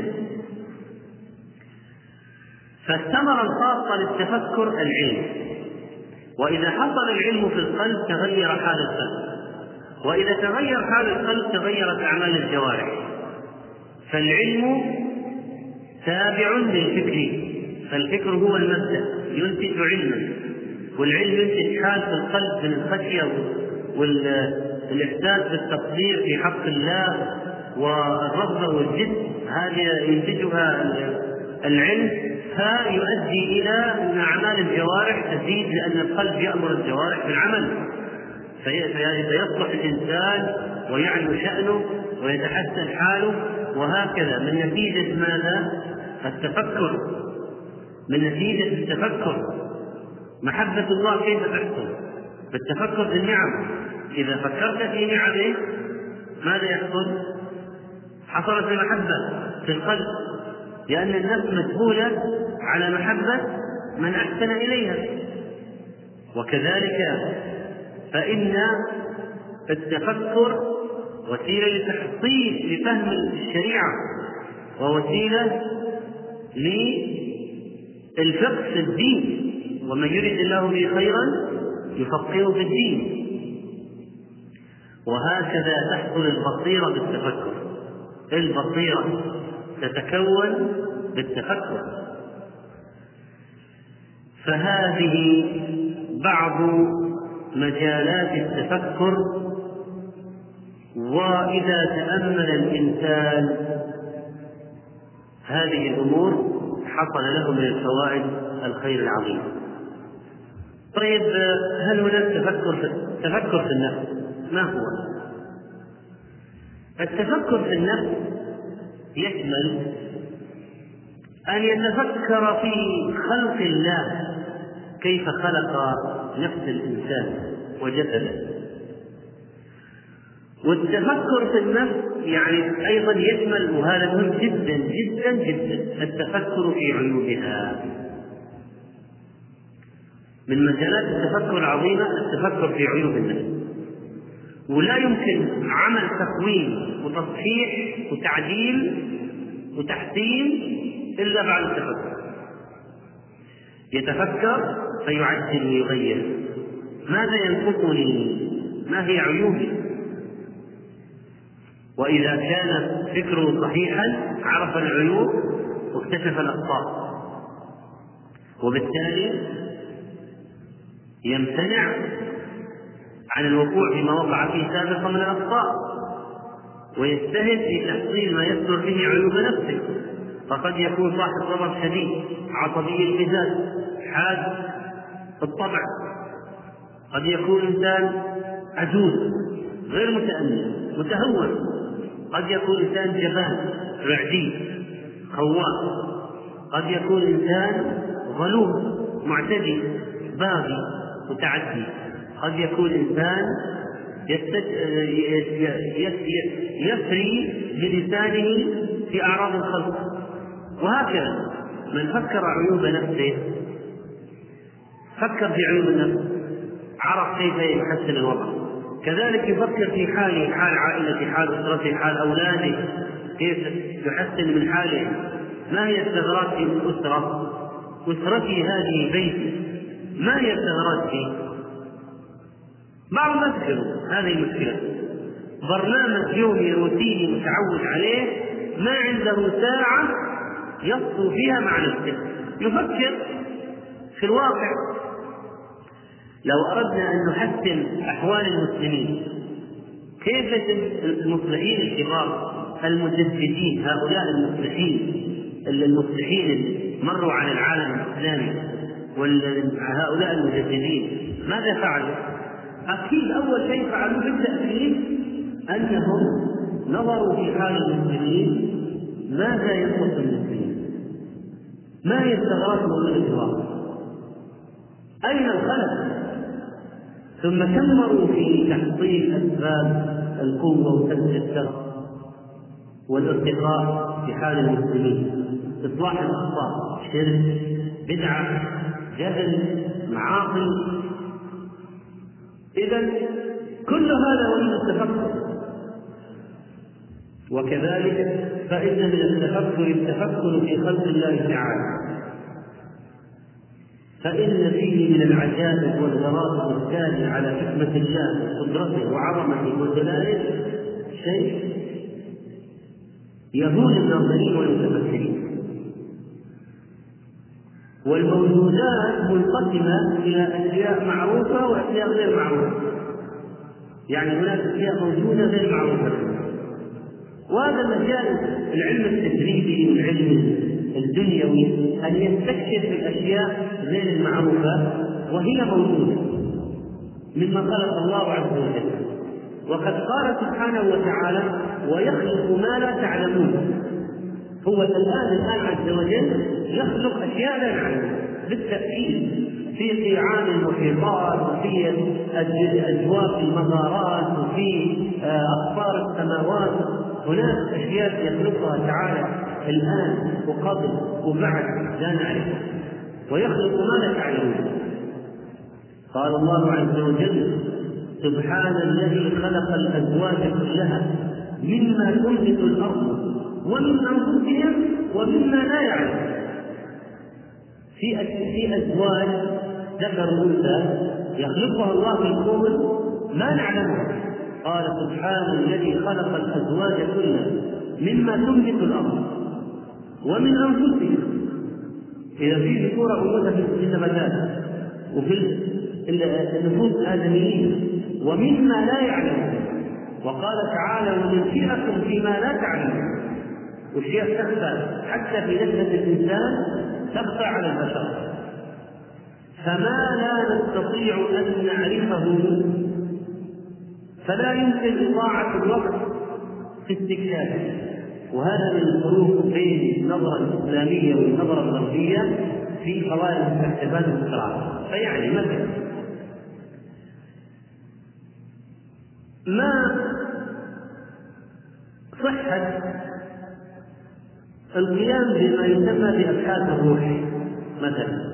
فالثمرة الخاصة للتفكر العلم، وإذا حصل العلم في القلب تغير حال القلب، وإذا تغير حال القلب تغيرت أعمال الجوارح. فالعلم تابع للفكر، فالفكر هو المبدأ ينتج علما، والعلم ينتج حال في القلب من الخشية والإحساس بالتقدير في حق الله والرغبة والجد، هذه ينتجها العلم، فيؤدي إلى أن أعمال الجوارح تزيد، لأن القلب يأمر الجوارح بالعمل. فيصلح الإنسان ويعلو شأنه ويتحسن حاله، وهكذا من نتيجة ماذا؟ التفكر. من نتيجة التفكر محبة الله كيف تحصل؟ بالتفكر في النعم. إذا فكرت في نعمه ماذا يحصل؟ حصلت المحبة في القلب، لأن النفس مجبولة على محبة من أحسن إليها. وكذلك فإن التفكر وسيلة لتحصيل لفهم الشريعة، ووسيلة للفقه في الدين، ومن يرد الله به خيرا يفقهه في الدين. وهكذا تحصل البصيرة بالتفكر. البصيرة تتكون بالتفكر. فهذه بعض مجالات التفكر. وإذا تأمل الإنسان هذه الأمور حصل له من الفوائد الخير العظيم. طيب، هل هناك تفكر في تفكر في النفس؟ ما هو التفكر في النفس؟ يشمل أن يتفكر في خلق الله، كيف خلق نفس الإنسان وجسده. والتفكر في النفس يعني أيضا يشمل، وهذا مهم جدا جدا جدا، التفكر في عيوبها. من مجالات التفكر العظيمة التفكر في عيوب النفس. ولا يمكن عمل تقويم وتصحيح وتعديل وتحسين إلا بعد التفكر. يتفكر فيعدل ويغير. ماذا ينقصني؟ ما هي عيوبي؟ وإذا كان فكره صحيحا عرف العيوب واكتشف الأخطاء، وبالتالي يمتنع عن الوقوع فيما وقع فيه سابقا من الأخطاء، ويجتهد في تحصيل ما يستر فيه عيوب نفسه. فقد يكون صاحب غضب شديد، عصبي المزاج، حاد الطبع. قد يكون إنسان عجوز غير متأني متهور. قد يكون إنسان جبان رعدي خواف. قد يكون إنسان ظلوم معتدي باغي متعدي. قد يكون إنسان يسري بلسانه في أعراض الخلق. وهكذا من فكر عيوب نفسه، فكر في عيوب النفس، عرف كيف يحسن الوضع. كذلك يفكر في حاله، حال عائلته، حال أسرته، حال أولاده، كيف يحسن من حاله. ما هي الثغرات في الأسرة؟ أسرتي هذه بيتي، ما هي الثغرات فيه؟ بعض الناس يفكروا هذه المشكلة. برنامج يومي روتيني متعود عليه، ما عنده ساعة يصفو فيها مع نفسه، يفكر في الواقع. لو أردنا أن نحسن أحوال المسلمين، كيف المصلحين الكبار المجددين، هؤلاء المصلحين المصلحين مروا على العالم الإسلامي، وهؤلاء المجددين ماذا فعلوا؟ أكيد أول شيء فعلوا في التأكيد أنهم نظروا في حال المسلمين، ماذا ينقص المسلمين؟ ما هي الثغرات الموجودة في الواقع؟ أين الخلل؟ ثم كمروا في تحصيل أسباب القوة وسد الثغر والارتقاء في حال المسلمين، إصلاح الأخطاء، شرك، بدعة، جهل، معاصي. إذن كل هذا ومن التفكر. وكذلك فإن من التفكر التفكر في خلق الله تعالى، فإن فيه من العجائب والغرائب التالي على حكمة الله وقدرته وعظمته وجلاله شيء يهول الناظرين والمتفكرين. والموجودات منقسمة إلى أشياء معروفة وأشياء غير معروفة، يعني هناك أشياء موجودة غير معروفة. وهذا مجال العلم التجريبي والعلم الدنيوي أن يستكشف الأشياء غير المعروفة وهي موجودة. مما خلق الله عز وجل. وقد قال سبحانه وتعالى: ويخلق ما لا تعلمون. هو الآن الآن عز وجل يخلق أشياء لا نعلمها بالتأكيد، في قيعان المحيطات، وفي أجواف المغارات، وفي أقطار السماوات. هناك أشياء يخلقها تعالى الآن وقبل وبعد لا نعرفها، ويخلق ما لا تعلمون. قال الله عز وجل: سبحان الذي خلق الأزواج كلها مما تنبت الأرض ومن أنفسهم ومما لا يعلمون. في في أزواج ذكر أنثى يخلقها الله في الكون ما نعلمها. قال: سبحان الذي خلق الأزواج كلها مما تنبت الأرض ومن أنفسهم. إذا في ذكور وأنثى في النباتات وفي النفوس الآدميين ومما لا يعلمون. وقال تعالى: وننشئكم فيما لا تعلمون. والشيء تخفى حتى في نفس الإنسان، تخفى على البشر. فما لا نستطيع أن نعرفه فلا يمكن إضاعة الوقت في استكشافه. وهذا من الفروق بين النظرة الإسلامية والنظرة الغربية في قضايا المستكشفات والاختراعات. فيعني مثلا ما صحة القيام بما يسمى بأبحاث الروح مثلا؟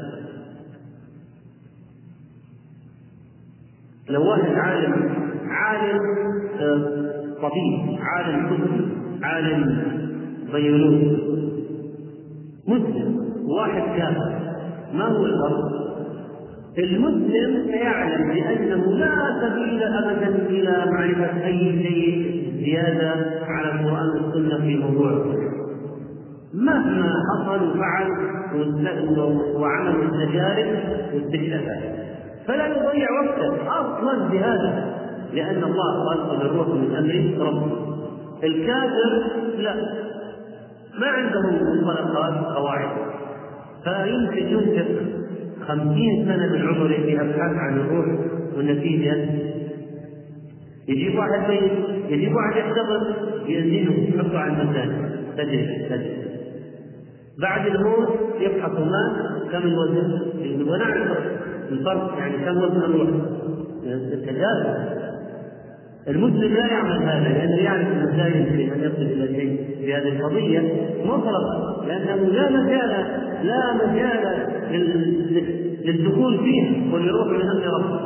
لو واحد عالم عالم طبيب، عالم طب، عالم بيولوجي، مسلم، واحد كافر، ما هو الفرق؟ المسلم سيعلم بأنه لا سبيل أبدا إلى معرفة أي شيء زيادة على القرآن والسنة في موضوع مهما حصل وفعل وعمل التجارب واستكشافات، فلا يضيع وقته أصلا بهذا، لأن الله قال: الروح من أمر ربه. الكافر لا، ما عنده منطلقات قواعد، فيمكن ينفق خمسين سنة من عمره في أبحاث عن الروح، والنتيجة يجيب واحد ميت، يجيب واحد يختبر، ينزله يحطه على الميزان، تدري تدري بعد الموت يبحث ما كم الوزن، ونعرف الفرق، يعني كم وزن الروح. التجارب. المسلم لا يعمل هذا، لأنه يعرف المسائل في أن يصل إلى شيء في هذه القضية مطلقا، لأنه لا مجال لا مجال للدخول فيه وليروح من أمر ربه.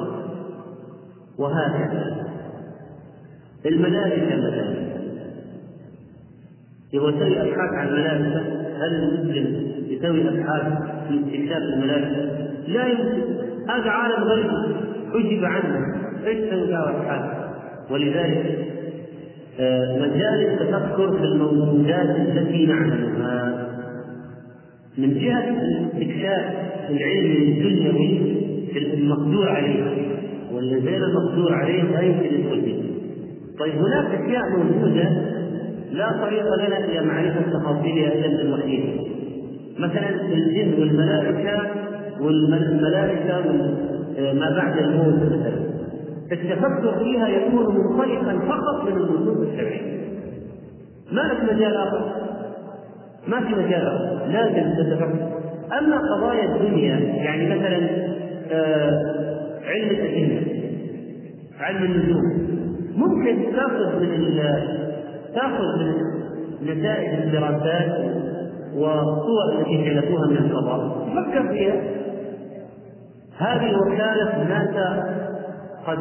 وهكذا الملائكة مثلا، يبغى يسوي أبحاث عن الملائكة، هل المسلم يسوي أبحاث في استكشاف الملائكة؟ لا يمكن، هذا عالم غريب حجب عنه، ايش تسوي أبحاث؟ ولذلك مجال التفكر في الموجودات التي نعلمها من جهة استكشاف العلم الدنيوي في المقدور عليه، والذي غير المقدور عليه لا يمكن يدخل فيه. طيب هناك أشياء موجودة لا طريق لنا إلى معرفة تفاصيلها إلا بالوحي، مثلا الجن والملائكة والملائكة ما بعد الموت مثلا، التفكر فيها يكون منطلقا فقط من النصوص الشرعية، ما لك مجال آخر، ما في مجال آخر، لازم تتفكر. أما قضايا الدنيا، يعني مثلا آه علم الأجنة، علم النجوم، ممكن تأخذ من تأخذ من نتائج الدراسات والصور التي جلبوها من الفضاء، تفكر فيها. هذه وكالة ناسا قد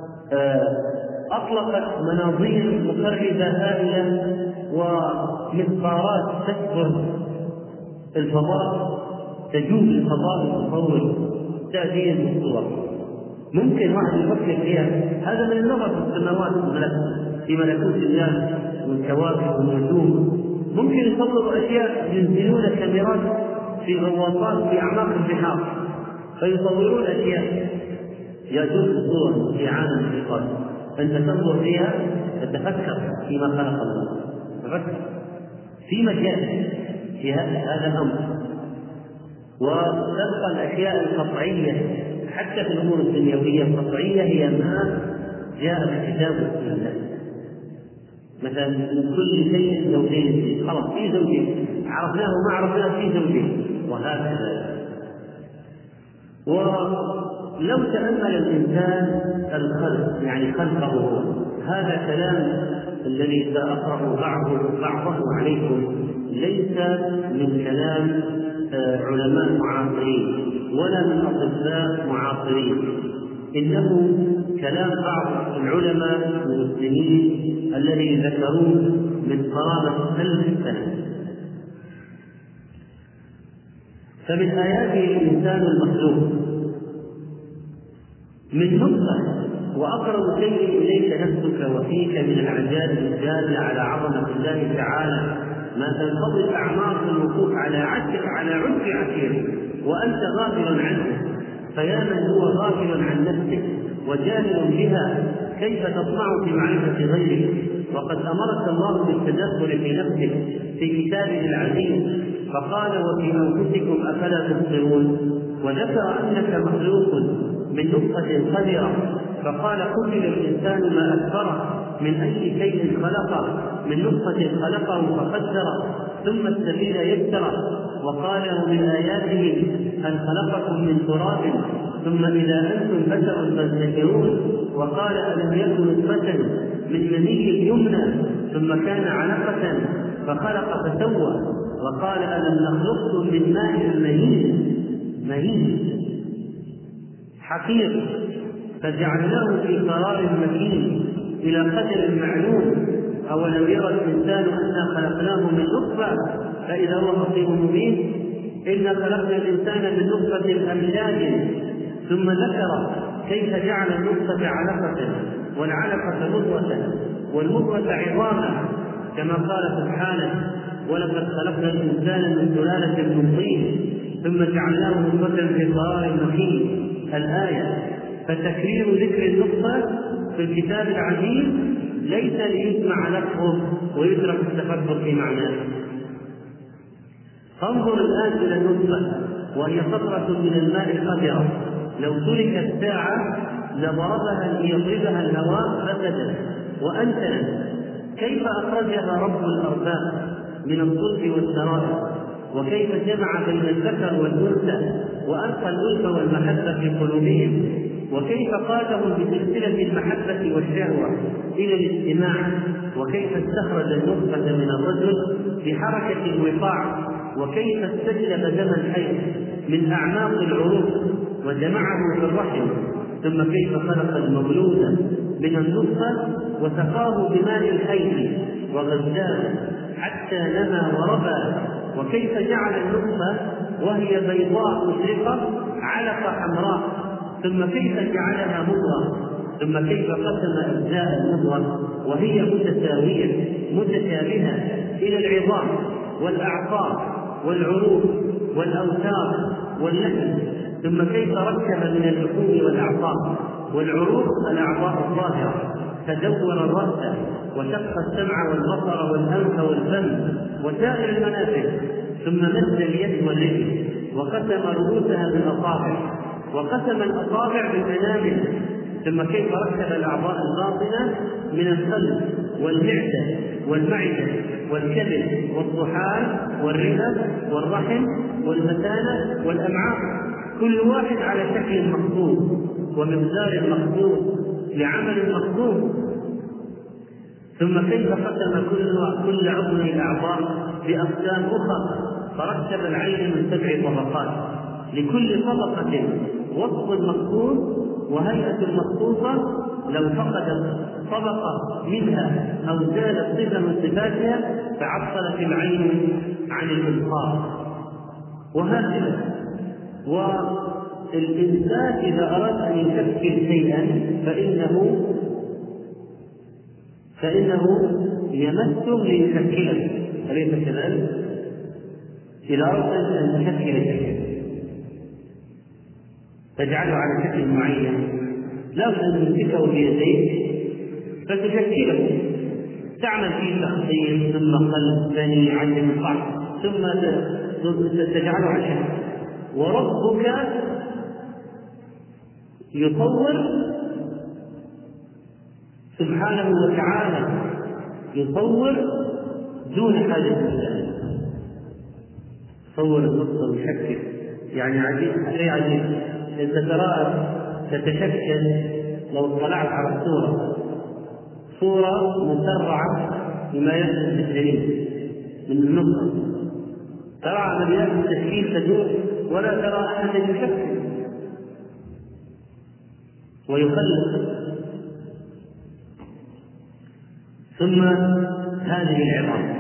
أطلقت مناظير مخربة هائلة ومسطارات تكبر الفضاء، تجوب الفضاء وتصور تأثير الصور. ممكن واحد يفكر فيها، هذا من النظر في السماوات والملك في ملكوت الله والكواكب والنجوم. ممكن يصوروا أشياء، ينزلون كاميرات في غواصات في أعماق البحار فيصورون أشياء، يأتون الصور في عالم الحقيقة، أنت تنظر فيها تتفكر فيما خلق الله، تفكر في مجال في هذا الأمر. وتبقى الأشياء القطعية حتى في الأمور الدنيوية القطعية هي ما جاء في الكتاب والسنة. مثلا من كل شيء زوجين، خلاص في زوجين، عرفناه وما عرفناه في زوجين، وهكذا. ولو تأمل الإنسان الخلق، يعني خلقه، هذا كلام الذي سأقرأ بعضه بعضه عليكم ليس من كلام علماء معاصرين ولا من أطباء معاصرين، إنه كلام بعض العلماء المسلمين الذي ذكروه من قرابة ألف سنة. فمن آياته الإنسان المخلوق من نطفة، وأقرب شيء إليك نفسك وفيك من العجائب الدالة على عظمة الله تعالى ما تنقضي الأعمار في الوقوف على عشر على عشر عشير وأنت غافل عنه. فيا من هو غافل عن نفسك وجاهل بها كيف تطمع في معرفة غيرك؟ وقد أمرك الله بالتدخل في نفسك في كتابه العزيز فقال وفي أنفسكم أفلا تبصرون، وذكر أنك مخلوق من نطفة قذرة فقال قتل الإنسان ما أكفره من أي شيء خلقه من نطفة خلقه فقدره ثم السبيل يسره، وقال ومن آياته أن خلقكم من تراب ثم إذا أنتم بشر تنتشرون، وقال ألم يكن نطفة من مني يمنى ثم كان علقة فخلق فسوى، وقال ألم نخلقكم من ماء مهين مهين حقير فجعلناه في قرار مكين إلى قدر معلوم، أولم يرى الإنسان أنا خلقناه من نطفة فإذا هو خصيم مبين، إنا خلقنا الإنسان من نطفة أمشاج ثم ذكر كيف جعل النطفة علقة والعلقة مضغة والمضغة عظاما كما قال سبحانه ولقد خلقنا الإنسان من سلالة من طين ثم جعلناه نطفة في قرار مكين الآية. فتكرير ذكر النطفة في الكتاب العزيز ليس ليسمع لفظه ويترك التفكر في معناه. فانظر الآن إلى النطفة وهي قطرة من الماء القذرة، لو تركت ساعة لضربها ليضربها الهواء فسدت وأنتنت. كيف أخرجها رب الأرباب من الصلب والسرائر، وكيف جمع بين الذكر والأنثى وألقى الألفة والمحبة في قلوبهم، وكيف قادهم بسلسلة المحبة والشهوة إلى الاجتماع، وكيف استخرج النطفة من الرجل بحركة الوقاع، وكيف استجلب دم الحي من أعماق العروق وجمعه في الرحم، ثم كيف خلق المولود من النطفة وسقاه بماء الحي وغذاه حتى نمى وربى، وكيف جعل النطفة وهي بيضاء مشرقة علقة حمراء، ثم كيف جعلها مضغة، ثم كيف قسم أجزاء المضغة وهي متساوية متشابهة إلى العظام والأعصاب والعروق والأوتار واللحم، ثم كيف ركب من اللحوم والأعصاب والعروق الأعضاء الظاهرة، فدور الرأس وشق السمع والبصر والأنف والفم وسائر المنافذ، ثم مد اليد والرجل وقسم رؤوسها بالأصابع وقسم الأصابع بالأنامل، ثم كيف ركب الأعضاء الباطنة من القلب والمعدة والمعدة والكبد والطحال والرئة والرحم والمثانة والأمعاء، كل واحد على شكل مخطوط ومقدار مخطوط لعمل مخطوط، ثم كيف قسم كل كل عضو الأعضاء بأقسام أخرى، فرتب العين من سبع طبقات لكل طبقة وصف مخطوط وهيئة مخطوطة، لو فقدت طبقة منها أو زالت صفة من صفاتها تعطلت العين عن الإبصار، وهكذا. والإنسان إذا أراد أن يفكر شيئا فإنه فإنه يمسه ليشكله، أليس كذلك؟ إذا أردت أن تشكل شيئا تجعله على شكل معين لا بد أن تمسكه بيديك فتشكله، تعمل فيه تخطيط ثم قلب ثاني عدم صح ثم تجعله على شكل. وربك يصور سبحانه وتعالى، يصور دون حاجة إلى صور النقطة ويشكل. يعني عجيب، شيء عجيب، أنت تراها تتشكل لو اطلعت على الصورة، صورة مسرعة بما يحدث في الجنين من النقطة، ترى عمليات التشكيل تدور ولا ترى أحدا يشكل ويخلق. ثم هذه العظام،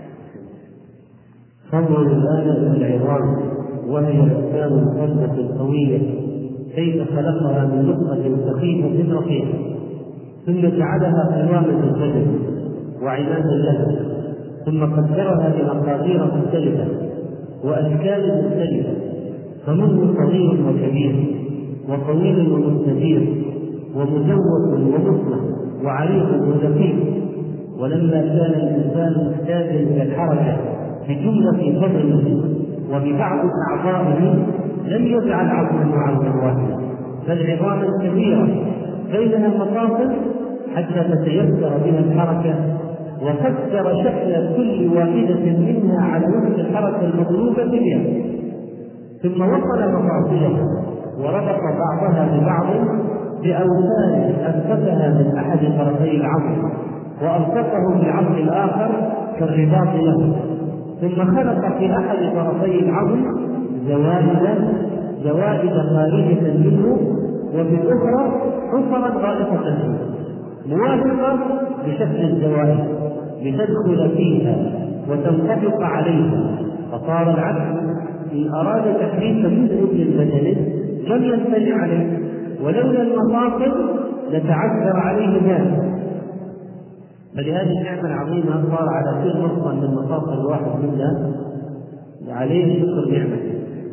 فانظر الآن إلى العظام وهي الأجسام الخلقة القوية كيف خلقها من نطفة سخيفة رقيقة، ثم جعلها قواما للبدن وعمادا لها، ثم قدرها بمقادير مختلفة وأشكال مختلفة، فمنه صغير وكبير وطويل ومستدير ومزوق ومصلح وعريض ودقيق. ولما كان الإنسان محتاجا إلى الحركة بجملة بدنه وببعض أعضائه لم يجعل عظما عظما واحدا، بل عظاما كبيرة بينها مفاصل حتى تتيسر بها الحركة، وفسر شكل كل واحدة منها على وفق الحركة المطلوبة بها، ثم وصل مفاصلها وربط بعضها ببعض بأوزان أنفسها من أحد طرفي العظم وألصقه بعظم الآخر كالرباط له، ثم خلق في أحد طرفي العظم زوائد زوائد خارجة منه، وفي الأخرى حفرا غائطة منه موافقة بشكل الزوائد لتدخل فيها وتنطبق عليها. فصار العبد إن أراد تحريك جزء من بدنه لم يمتنع عليه، ولولا المفاصل لتعذر عليه ذلك. فلهذه النعمة العظيمة صار على كل نقطة من مفاصل واحد منا عليه شكر نعمته،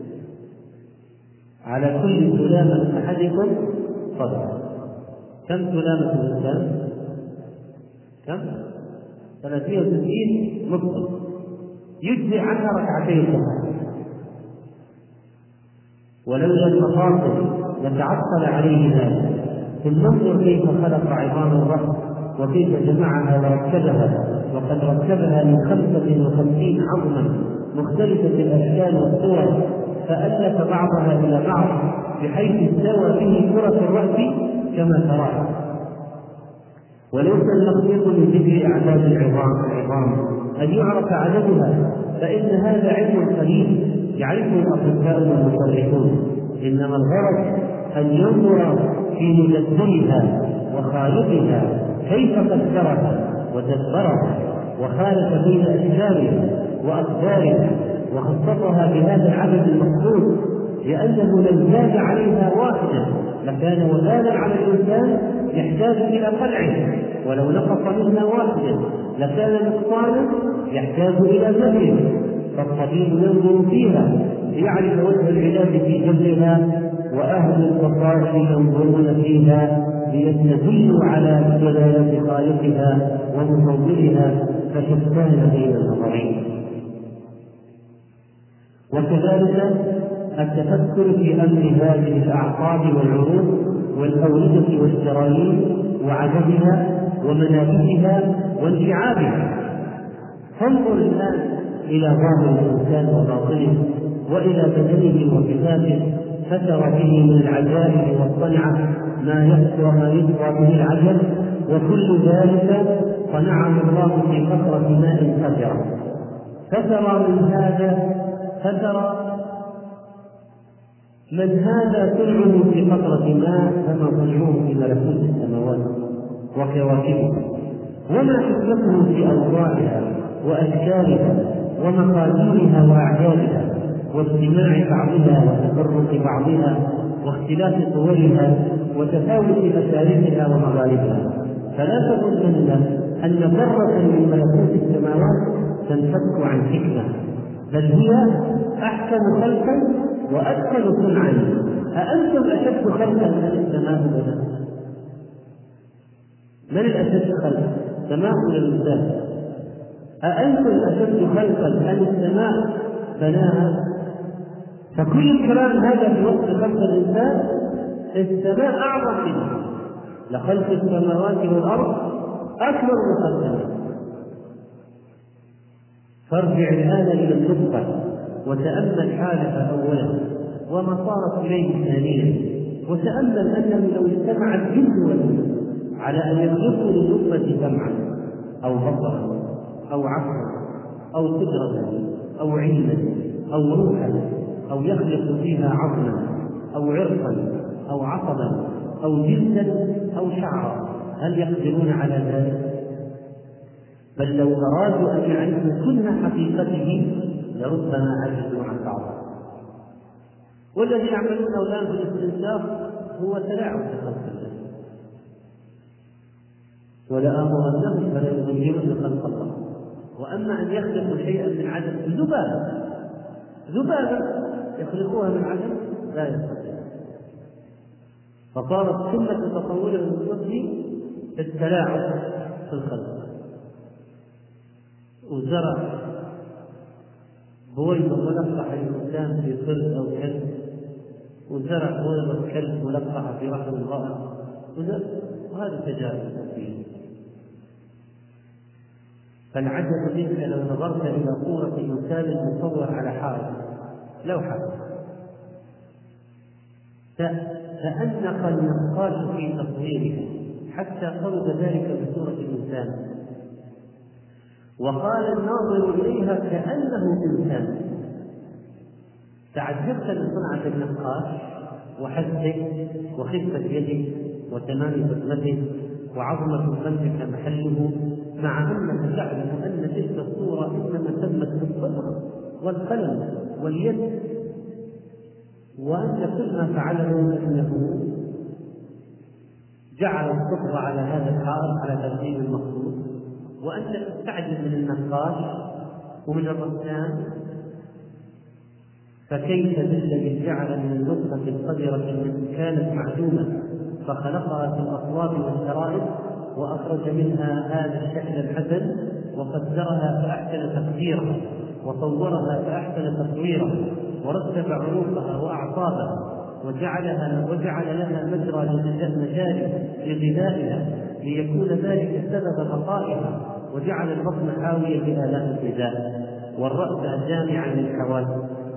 على كل سلامة أحدكم صدقة. كم سلامة الإنسان؟ كم؟ ثلاثمائة وستين نقطة يجزي عنها ركعتين الصبح، ولولا المفاصل لتعطل عليه ذلك. ثم انظر كيف خلق عظام الرأس وكيف جمعها وركبها، وقد ركبها من خمسة وخمسين عظما مختلفة الأشكال والصور، فألف بعضها إلى بعض بحيث استوى به كرة الرأس كما تراه. وليس المقصود من ذكر أعداد العظام العظام أن يعرف عددها، فإن هذا علم قليل يعرفه الأطباء والمصرحون، إنما الغرض أن ينظر في مدبرها وخالقها كيف قدرها ودبرها وخالق بين أجسامها وأقدارها وخصصها بهذا العدد المقصود، لأنه لو زاد عليها واحدا لكان وبالا على الإنسان يحتاج إلى قلعه، ولو نقص منها واحدا لكان نقصانا يحتاج إلى جبره. فالطبيب ينظر فيها ليعرف وجه العلاج في جبرها، وأهل البصائر ينظرون فيها ليستدلوا على جلالة خالقها ومصورها، فشتان بين النظرين. وكذلك التفكر في أمر هذه الأعصاب والعروق والأوردة والشرايين وعددها ومنابتها وانشعابها. فانظر الآن إلى ظاهر الإنسان وباطنه وإلى بدنه وصفاته، فترى به من العجائب والصنعة ما يسوى ما يسوى به العجب، وكل ذلك صنعه الله في قطرة ماء قذرة. فترى من هذا فترى من هذا صنعه في قطرة ماء كما صنعوه في ملكوت السماوات وكواكبها، وما حكمته في أوضاعها وأشكالها ومقاديرها وأعدادها واجتماع بعضها وتفرق بعضها واختلاف صورها وتفاوت مشارقها ومغاربها. فلا تظنن أن ذرة من ملكوت السماوات تنفك عن حكمة، بل هي أحكم خلقا وأتقن صنعا. أأنتم أشد خلقا من السماء بناها؟ من الأشد خلقا؟ سماء ولا الإنسان؟ أأنتم أشد خلقا أم السماء بناها؟ فكل الكلام هذا في وصف خلق الإنسان السماء أعظم منه، لخلق السماوات والأرض أكبر من خلق الناس. فارجع الآن إلى النطفة وتأمل حالها أولا وما صارت إليه ثانيا، وتأمل أنه لو اجتمع الجن والإنس على أن يخلقوا للنطفة سمعا أو بصرا أو عقلا أو قدرة أو علما أو روحا أو يخلق فيها عظما أو عرقا أو عصبا أو جلدا أو شعرا، هل يقدرون على ذلك؟ بل لو أرادوا أن يعرفوا كل حقيقته لربما عجزوا عن بعضها. والذي يعملونه الآن في الاستنساخ هو تلاعب بخلق الله، ولآمرنهم فلا يغيرن خلق الله. وأما أن يخلقوا شيئا من عدم، ذبابة ذبابة يخلقوها من عدم لا يستطيع. فصارت سنة تطور المصري التلاعب في الخلق. وزرع بويضة ملقحة للإنسان في قرد أو كلب، وزرع بويضة كلب ملقحة في رحم المرأة، وهذه تجارب كثيرة. فالعجب منك لو نظرت إلى صورة إنسان مصور على حائط لوحة، فأنق النقاش في تصويره حتى خرج ذلك بصورة الإنسان، وقال الناظر إليها كأنه إنسان. تعجبت من صنعة النقاش وحسه وخفة يده وتمام حكمته وعظمة فنك محله، مع أنك تعلم أن تلك الصورة إنما تمت بالصبر والقلم واليد، وأن كل ما فعله أنه جعل الصبر على هذا الحائط على ترتيب المخطوط، وأنت تستعجب من النقاش ومن الرسام. فكيف بالذي جعل من النطفة القذرة التي كانت معدومة فخلقها في الأصوات والشرائط وأخرج منها هذا الشكل الحسن وقدرها فأحسن تقديرها وصورها فأحسن تصويرها ورتب عروقها وأعصابها وجعلها وجعل لها مجرى مجاري لغذائها ليكون ذلك سبب بقائها، وجعل البطن حاوية بآلاف الغذاء والرأس جامعا للحواس،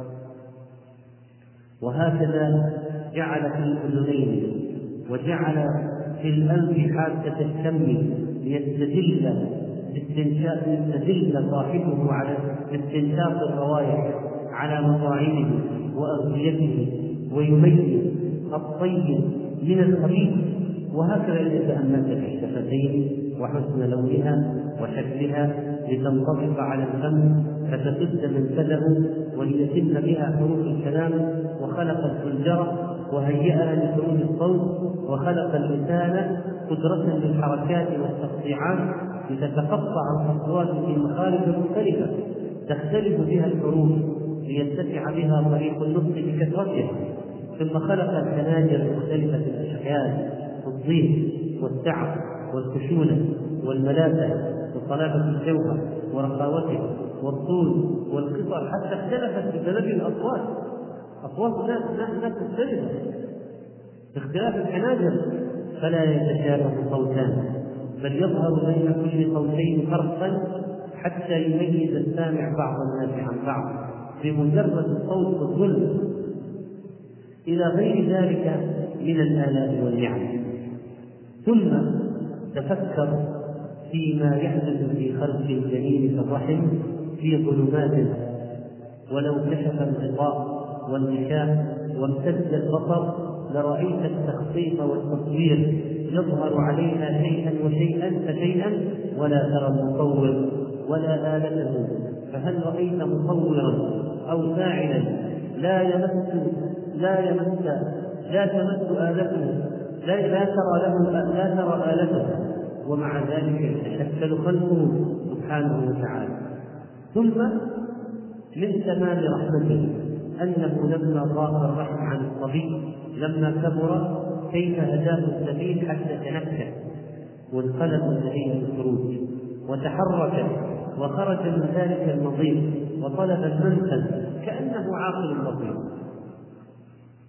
وهكذا جعل في الأذنين وجعل في الأنف حاسة الشم ليستدل باستنشاق يستدل صاحبه على استنشاق الروائح على مطاعمه وأغذيته ويميز الطيب من الخبيث. وهكذا إذا تأملت في الشفتين وحسن لونها وشكلها لتنطبق على الفم فتسد من فده وليتم بها حروف الكلام، وخلق الحنجرة وهيئها لخروج الصوت، وخلق اللسان قدرة للحركات والتقطيعات لتتقطع الأصوات في مخارج مختلفة تختلف بها الحروف ليتسع بها طريق النطق بكثرتها. ثم خلق الخناجر مختلفة الأشكال والضيق والتعب والخشونة والملاسة وصلابة الجوهر ورخاوته والطول والقصر، حتى اختلفت بسبب الأصوات. أصوات ناس مختلفة باختلاف الحناجر، فلا يتشابه صوتان بل يظهر بين كل صوتين فرقا حتى يميز السامع بعض الناس عن بعض بمجرد الصوت والظلم، إلى غير ذلك من الآلاء والنعم. ثم تفكر فيما يحدث في خلق الجنين في الرحم في ظلمات، ولو كشف الغطاء والغشاء وامتد البصر لرأيت التخطيط والتصوير يظهر عليها شيئا وشيئا فشيئا ولا ترى المصور ولا آلته. فهل رأيت مصورا أو فاعلا لا يمس لا يمس لا تمس آلته لا, لا ترى له لا ترى آلته، ومع ذلك يتشكل خلقه سبحانه وتعالى. ثم من تمام رحمته أنه لما ضاق الرحم عن الصبي لما كبر كيف هداه السبيل حتى تنكس وانقلب إليه الخروج وتحرك وخرج من ذلك المضيق وطلب المنقذ كأنه عاقل بسيط.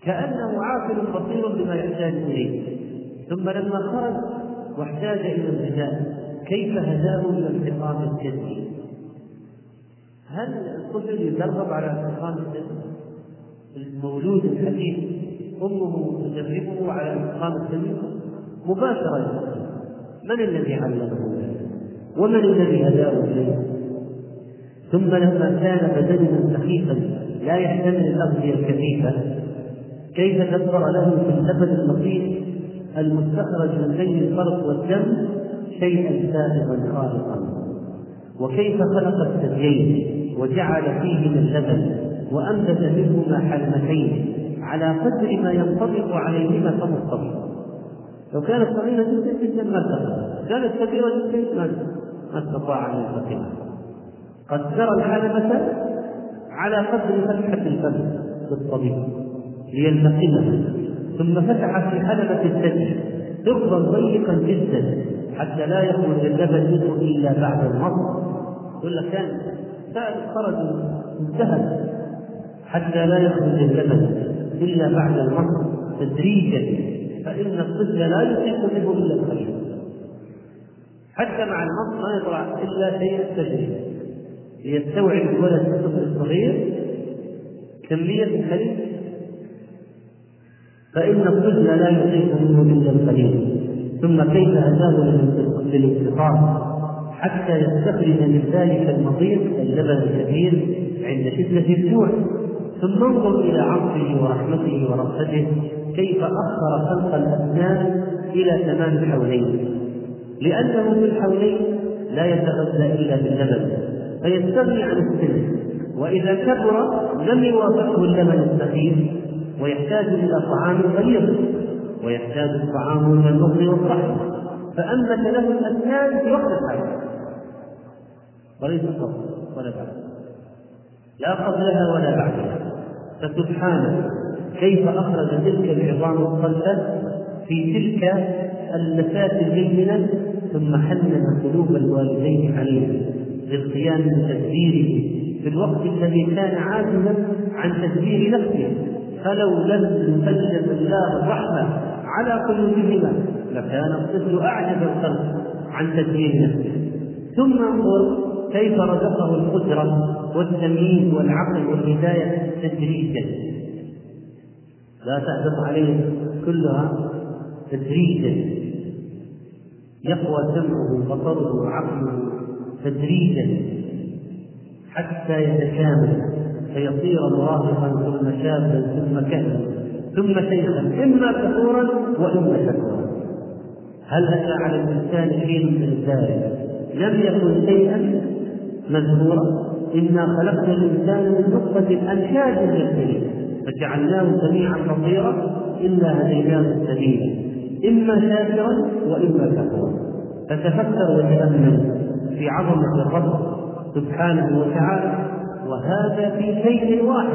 كأنه عاقل بصير بما يحتاج إليه. ثم لما خرج واحتاج إلى الغذاء كيف هداه إلى التقام الجدي؟ هل الطفل يدرب على التقام الجدي؟ المولود الحديث أمه تدربه على التقام الجدي مباشرة. من الذي علمه ذلك؟ ومن الذي هداه إليه؟ ثم لما كان بدنه سخيفا لا يحتمل الأغذية الكثيفة كيف دبر له في اللبن البسيط المستخرج من بين الفرث والدم شيئا سائغا خالصا؟ وكيف خلق الثديين وجعل فيهما اللبن وأنبت منهما حلمتين على قدر ما ينطبق عليهما فم الطفل. لو كانت صغيرة جدا جدا ما استطاع، كانت كبيرة جدا ما استطاع أن يستقيم. قدر الحلمة على قدر فتحة الفم للطبيب ليلتقمها، ثم فتح في حلبة الثدي ثقبا ضيقا جدا حتى لا يخرج اللبن منه إلا بعد المضغ. ولا كان خرج انتهى حتى لا يخرج اللبن إلا بعد المضغ تدريجا، فإن الطفل لا يطيق منه إلا القليل. حتى مع المضغ ما يطلع إلا شيء تدريجي ليستوعب الولد الطفل الصغير كمية الحليب، فإن الطفل لا يطيق منه إلا القليل. ثم كيف هداه للانتصار حتى يستخرج من ذلك المضيق اللبن الكثير عند شدة الجوع. ثم انظر إلى عطفه ورحمته ورفقته كيف أخر خلق الأسنان إلى تمام الحولين، لأنه في الحولين لا يتغذى إلا باللبن فيستغني عن السن، وإذا كبر لم يوافقه اللبن السخيف ويحتاج إلى طعام غليظ، ويحتاج الطعام إلى النضج والصحة، فأنبت له الأسنان في وقت الحاجة وليس قبل ولا بعد، لا قبلها ولا بعدها. فسبحانه كيف أخرج تلك العظام الصلبة في تلك اللفات اللينة، ثم حنن قلوب الوالدين عليه للقيام بتدبيره في الوقت الذي كان عاجزا عن تدبير نفسه. فلو لم يسلم الله الرحمة على قلوبهما لكان الطفل أعجز الخلق عن تدبير نفسه. ثم انظر كيف رزقه القدرة والتمييز والعقل والهداية تدريجا، لا تحدث عليه كلها تدريجا، يقوى سمعه وبصره وعقله تدريجا حتى يتكامل فيصير مراهقا ثم شابا ثم كهلا ثم شيخا، إما كفورا وإما شكورا. هل أتى على الإنسان حين من ذلك لم يكن شيئا مذكورا؟ إنا خلقنا الإنسان من نطفة أمشاج نبتليه فجعلناه سميعا بصيرا إنا هديناه السبيل إما شاكرا وإما كفورا. فتفكر وتأمل في عظمة الرب سبحانه وتعالى، وهذا في شيء واحد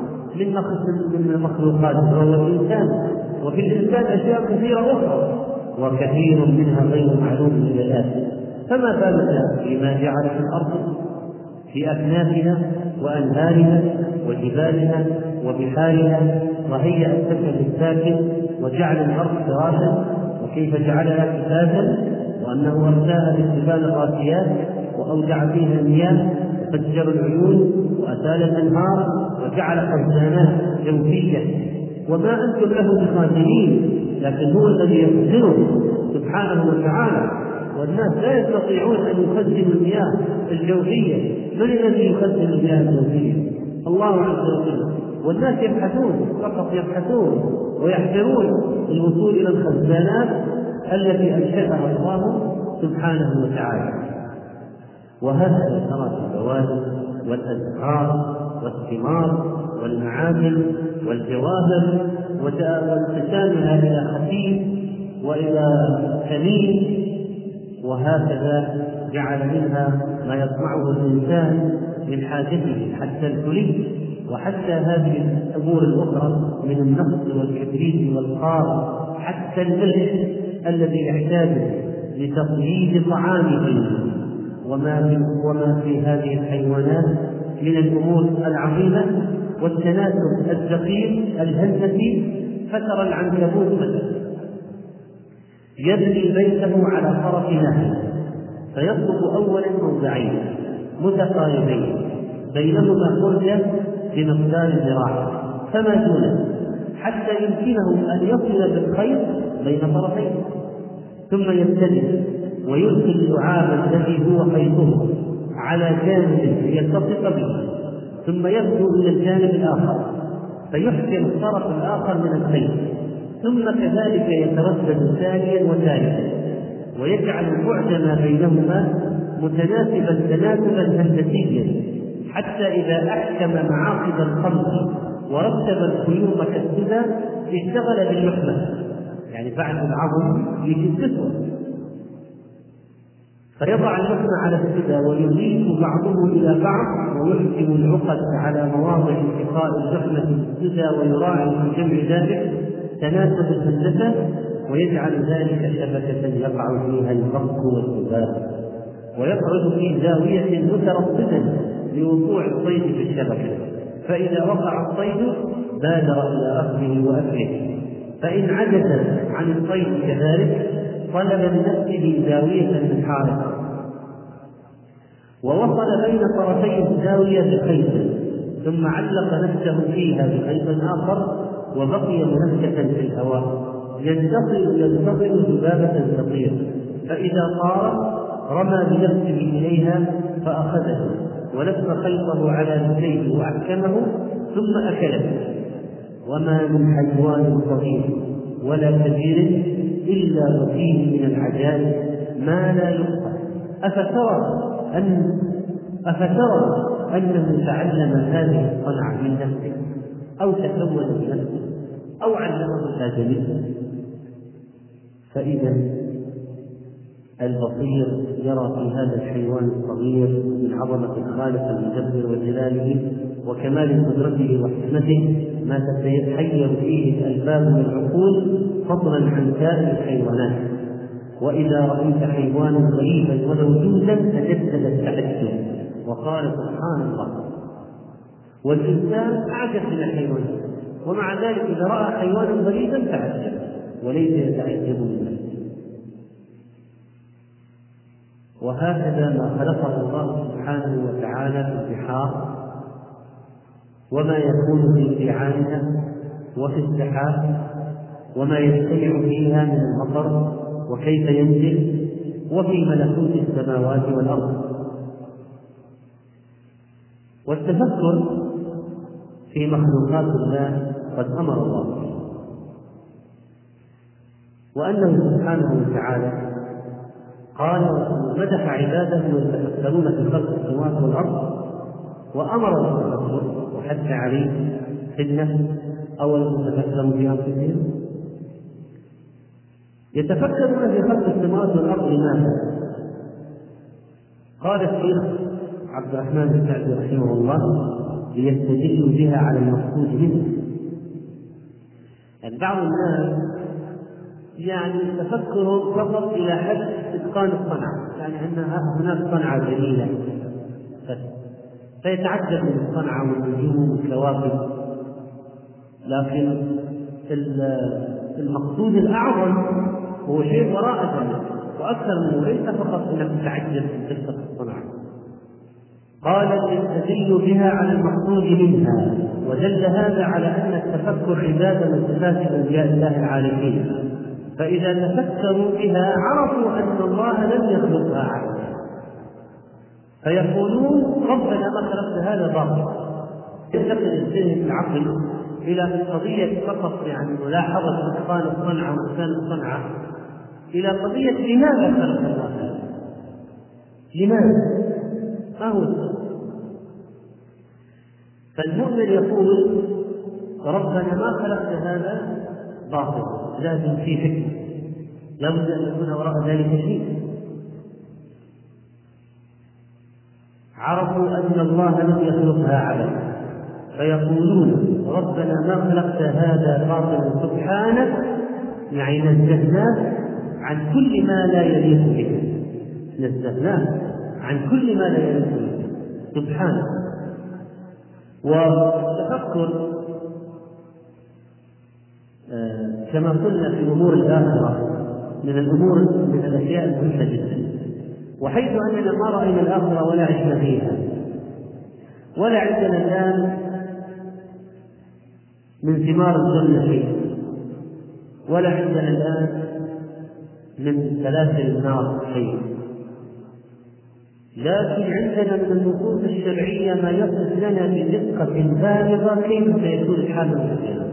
من المخلوقات وهو الإنسان، وفي الإنسان أشياء كثيرة أخرى وكثير منها غير معلوم للآن. فما بالك بما جعل في الأرض في أكنافها وأنهارها وجبالها وبحارها، وهيأ السكن الساكن وجعل الأرض فراشا، وكيف جعلها كفافا، وأنه أرساها بالجبال الراسيات وأودع فيها المياه وفجر العيون وأسال الأنهار وجعل خزانات جوفية وما أنتم له بخازنين، لكن هو الذي يخزنه سبحانه وتعالى، والناس لا يستطيعون أن يخزنوا المياه الجوفية. من الذي يخزن المياه الجوفية؟ الله عز وجل. والناس يبحثون فقط يبحثون ويحفرون الوصول إلى الخزانات التي أنشأها الله سبحانه وتعالى. وهكذا ترى الفوائد والأزهار والثمار والمعادن والجواهر وانقسامها إلى خفيف وإلى ثمين، وهكذا جعل منها ما يصنعه الإنسان من حاجته حتى الحلي، وحتى هذه الأمور الأخرى من النفط والكبريت والقار، حتى الملح الذي يحتاج لتطييب طعامه. وما في, وما في هذه الحيوانات من الأمور العظيمة والتناسب الدقيق الهندسي، فترى العنكبوت مثلا يبني بيته على طرف نهر، فيطلب أولا موضعين متقاربين بينهما فرجة بمقدار ذراع فما دونه، حتى يمكنه أن يصل بالخيط بين طرفين، ثم يبتدئ ويدخل اللعاب الذي هو خيطه على جانب ليلتصق به، ثم يبدو إلى الجانب الآخر فيحكم الطرف الآخر من الخيط، ثم كذلك يتردد ثانيا وثالثا، ويجعل البعد ما بينهما متناسبا تناسبا هندسيا، حتى إذا أحكم معاقد الخلق ورتب الخيوط كالسدى اشتغل باللحمة، يعني بعد العظم يجي الكسوة، فيضع اللحمة على السدى ويضيف بعضه إلى بعض ويحكم العقد على مواضع التقاء اللحمة بالسدى، ويراعي في جمع ذلك تناسب الهندسة، ويجعل ذلك شبكة يقع فيها الفك والذباب، ويقعد في زاوية مترصدا لوقوع الصيد في الشبكة، فإذا وقع الصيد بادر إلى أخذه وأكله، فإن عجز عن الصيد كذلك طلب لنفسه زاوية من حارة، ووصل بين طرفي الزاوية بخيط، ثم علق نفسه فيها بخيط آخر وبقي منكسا في الهواء ينتصل ينتصل ذبابة صغيرة، فإذا طار رمى بنفسه إليها فأخذه ولف خيطه على رجليه وأحكمه ثم أكله. وما من حيوان صغير ولا كبير إلا وفيه من العجائب ما لا يحصى. أفترى أن أفترى أنه تعلم هذه الصنعة من نفسه أو تكون بنفسه أو علمه الآدمي؟ فإذا البصير يرى في هذا الحيوان الصغير من عظمة الخالق المدبر وجلاله وكمال قدرته وحكمته ما تتحير فيه الألباب والعقول، فضلا عن سائر الحيوانات. وإذا رأيت حيوانا غريبا وموجودا تجدد التعجب وقال سبحان الله. والإنسان أعجب من الحيوانات، ومع ذلك إذا رأى حيوانا غريبا تعجب وليس يتعجب منه. وهكذا ما خلقه الله سبحانه وتعالى في البحار وما يكون في انفعالها وفي السحاب وما يجتمع فيها من المطر وكيف ينزل، وفي ملكوت السماوات والأرض. والتفكر في مخلوقات الله قد أمر الله، وأنه سبحانه وتعالى قال مدح عباده يتفكرون في خلق السماوات والأرض وأمر بالتفكر وحث عليه في النفس. أولم يتفكروا في أنفسهم؟ يتفكرون في خلق السماوات والأرض لماذا؟ قال الشيخ عبد الرحمن السعدي رحمه الله ليستدلوا بها على المقصود منه. يعني بعض الناس يعني تفكرهم فقط إلى حد إتقان الصنعة، يعني أن هناك صنعة جميلة فيتعجب من الصنعة والنجوم والكواكب، لكن المقصود الأعظم هو شيء وراء ذلك وأكثر منه، ليس فقط أنك تتعجب من قصة الصنعة. قال يستدل بها على المقصود منها، ودل هذا على أن التفكر عبادة من صفات أولياء الله العارفين، فإذا تفكروا بها عرفوا أن الله لم يخلقها عبثا، فيقولون ربنا ما خلقت هذا باطل. ينتقل الذهن العقل إلى قضية فقط يعني ملاحظة إتقان الصنعة وإحسان الصنعة إلى قضية لماذا خلق الله هذا؟ لماذا؟ ما هو السبب؟ فالمؤمن يقول ربنا ما خلقت هذا باطل، لازم فيه حكمة، لابد أن يكون وراء ذلك شيء. عرفوا أن الله لم يخلقها عبثا فيقولون ربنا ما خلقت هذا باطلا سبحانك، يعني نزهناه عن كل ما لا يليق بك، نزهناه عن كل ما لا يليق بك سبحانك. والتفكر كما قلنا في أمور الآخرة من الأمور من الأشياء المهمة جدا، وحيث أننا ما رأينا الآخرة ولا عشنا فيها ولا عندنا الآن من ثمار الجنة شيء، ولا عندنا الآن من سلاسل النار شيء، لكن عندنا من النصوص الشرعية ما يصف لنا بدقة بالغة كيف سيكون الحال المسلم.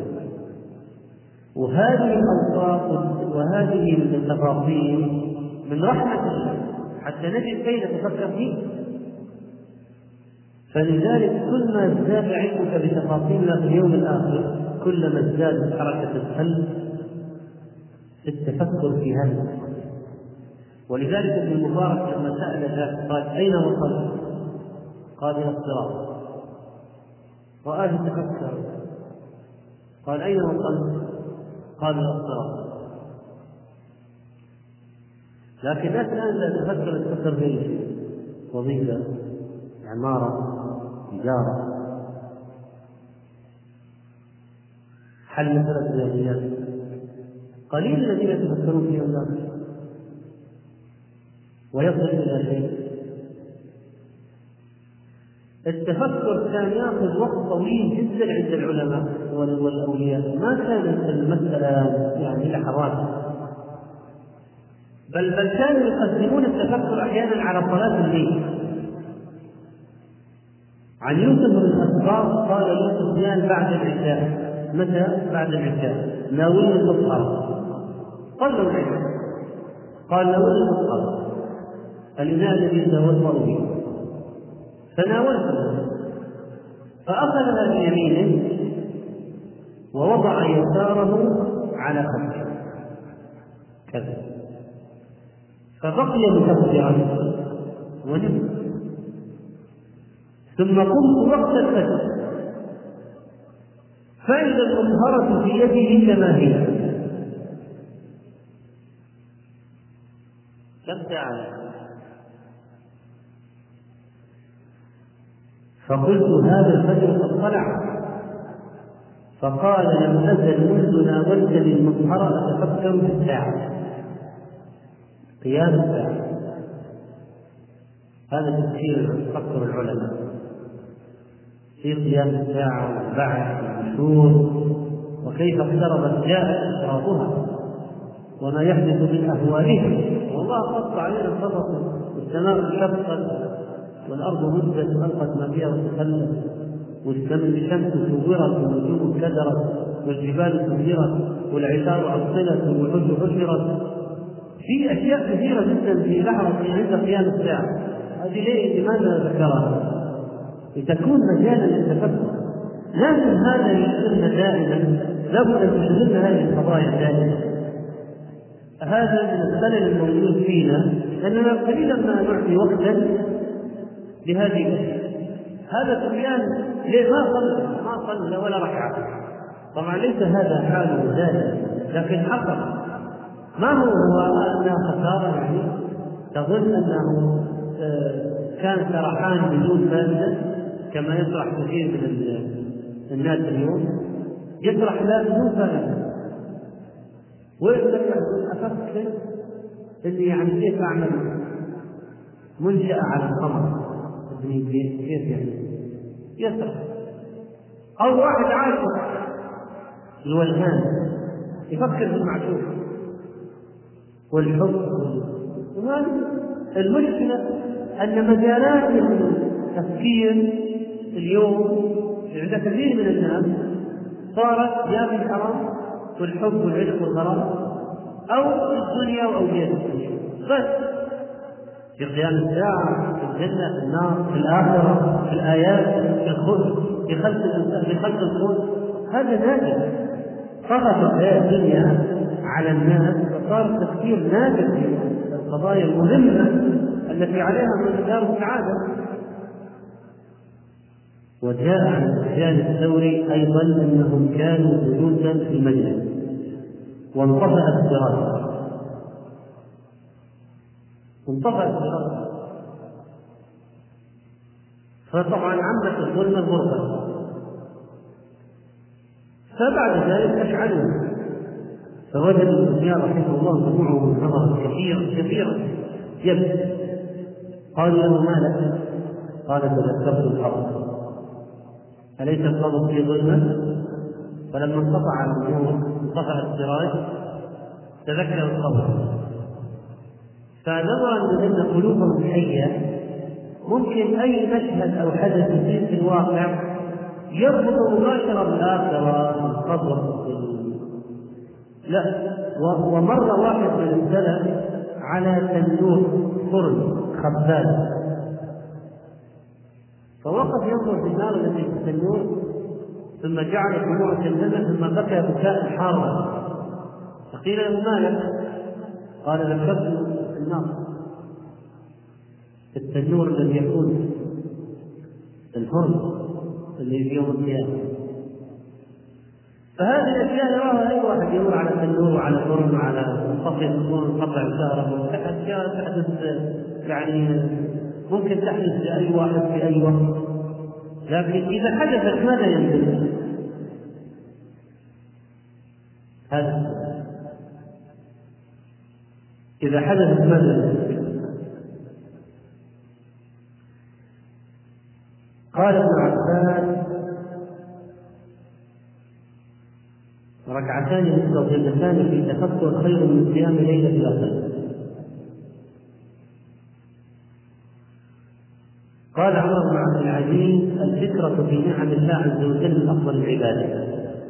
وهذه الأوصاف وهذه التفاصيل من رحمة الله حتى نجد كيف نتفكر فيه. فلذلك كل ما ازداد علمك بتفاصيل في اليوم الآخر كلما ازدادت حركة القلب في التفكر في هذا. ولذلك ابن المبارك لما سأل ذاك قال أين وصل؟ قال إلى الصراط. رآه تفكر قال أين وصل؟ قال إلى الصراط. لكن الناس الآن لا تفكر تفكر في شيء، وظيفة، عمارة، تجارة، حل مسألة الرياضيات. قليل الذين يتفكرون في الله ويصل إلى شيء. التفكر كان يأخذ وقت طويل جدا عند العلماء والأولياء، ما كانت المسألة يعني لحظات، بل بل كانوا يقدمون التفكر أحيانا على صلاة الليل. عن يوسف بن الأسباط قال يوسف سفيان بعد العشاء. متى؟ بعد العشاء. ناولني المصحف. صلوا العشاء. قال ناولني المصحف الإناء الذي يتوضأ به، فناولته فأخذها بيمينه ووضع يساره على خده كذا، فبقي مكبرا ونم. ثم قمت وقت الفجر فإذا المطهرة في يده كما هي. كم ساعة؟ فقلت هذا الفجر قد طلع. فقال لم أزل منذ ناولتني المطهرة أتفكر في الساعة، قيام الساعة. هذا تفسير تفكر العلماء في قيام الساعة والبعث والنشور، وكيف اقتربت جاءت أشراطها وما يحدث من أهوالها. والله قص علينا الخبر، والسماء انشقت والأرض مدت وألقت ما فيها وتخلت، والشمس كورت والنجوم كدرت والجبال سيرت والعشار عطلت والوحوش حشرت. في أشياء كثيرة جدا في لحظة عند قيام الساعة. هذه ليه لماذا ذكرها؟ لتكون مجالا للتفكر. لكن هذا يشغلنا دائما، لابد أن تشغلنا هذه القضايا دائما. هذا من الخلل الموجود فينا أننا قليلا ما نعطي وقتا لهذه الأشياء. هذا سفيان ليه ما صلى ما صلى ولا ركعة؟ طبعا ليس هذا حاله دائما، لكن حصل. ما هو هو أنها خسارة يعني تظن أنه كان سرحان بدون فائدة كما يسرح كثير من الناس اليوم، يسرح لا بدون فائدة، ويقول لك أفكر إني يعني كيف أعمل منشأة على القمر، كيف يعني يسرح. أو واحد عاشق الولهان يفكر في المعشوق والحب. المشكلة أن مجالات التفكير اليوم عند كثير من الناس صارت يا في الحرام والحب والعشق والغرام، أو في الدنيا وأولياء الدنيا بس. في قيام الساعة، في الجنة، في النار، في الآخرة، في الآيات، في الخلق، في خلق الإنسان، في خلق الخلق، هذا نادر. طغت الحياة الدنيا على الناس وصار التفكير نادر في القضايا المهمة التي عليها مدار السعادة. وجاء عن سفيان الثوري أيضا أنهم كانوا جلوسا في المجلس وانطفأ السراج انطفأ السراج فطبعا عمت الظلمة الغرفة، فبعد ذلك أشعلوا، فوجد سفيان رحمه الله دموعه نظرا كثيرا كثيرا يبكي. قال له: ما لك؟ قال: تذكرت الأرض، أليس القمر في ظلمة؟ فلما انقطع النور انقطع السراج تذكر القمر. فنظرا لأن قلوبهم حية ممكن أي مشهد أو حدث يصير في الواقع يربط مباشرة بالآخرة القبر. لا، ومر واحد من السلف على تنور فرن خباز، فوقف ينظر في النار التي في التنور، ثم جعل دموعه تنزل، ثم بكى بكاء حارا. فقيل له: ما لك؟ قال: ذكرت النار، التنور الذي يكون الفرن اللي في يوم القيامة. فهذه الأشياء يراها أي واحد يمر على تنور وعلى فرن وعلى منقطع منقطع الكهرباء، أشياء تحدث يعني ممكن تحدث لأي واحد في أي وقت، لكن إذا حدثت ماذا ينزل؟ هذا إذا حدثت ماذا ينزل؟ قال ابن عباس: ركعتان مستطيلتان في تفكر خير من صيام ليلة الأخر. قال عمر بن عبد العزيز: الفكرة في نعم الله عز وجل أفضل العبادة.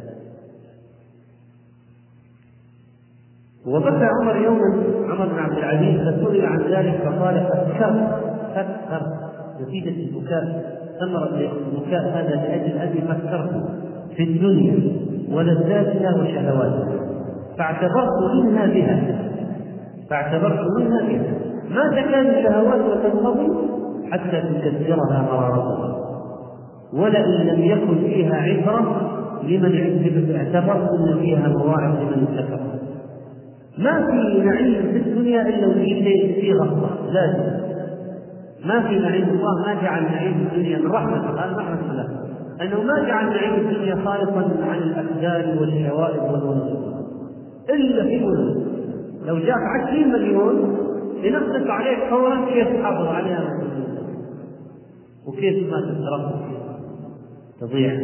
وبكى عمر يوما، عمر بن عبد العزيز، فسئل عن ذلك فقال: فكرت فكرت نتيجة البكاء، ثمرة البكاء هذا لأجل أني فكرت في الدنيا ولذاتها وشهواتها، فاعتبرت منها بها فاعتبرت منها بها ما تكاد الشهوات وتنقضي حتى تكسرها مرارتها، ولئن لم يكن فيها عبرة لمن اعتبر أن فيها مواعظ لمن اتكر. ما في نعيم في الدنيا إلا وفي شيء في غفلة، لازم. ما في نعيم، الله ما جعل نعيم الدنيا من رحمة، قال رحمة الله أنه ما جعل نعيم الدنيا خالصا عن الأكدار والشوائب والمنصب إلا في ملك. لو جاء عشرين مليون لنقص عليك فورا كيف تحافظ عليها وكيف ما تترقب تضيع.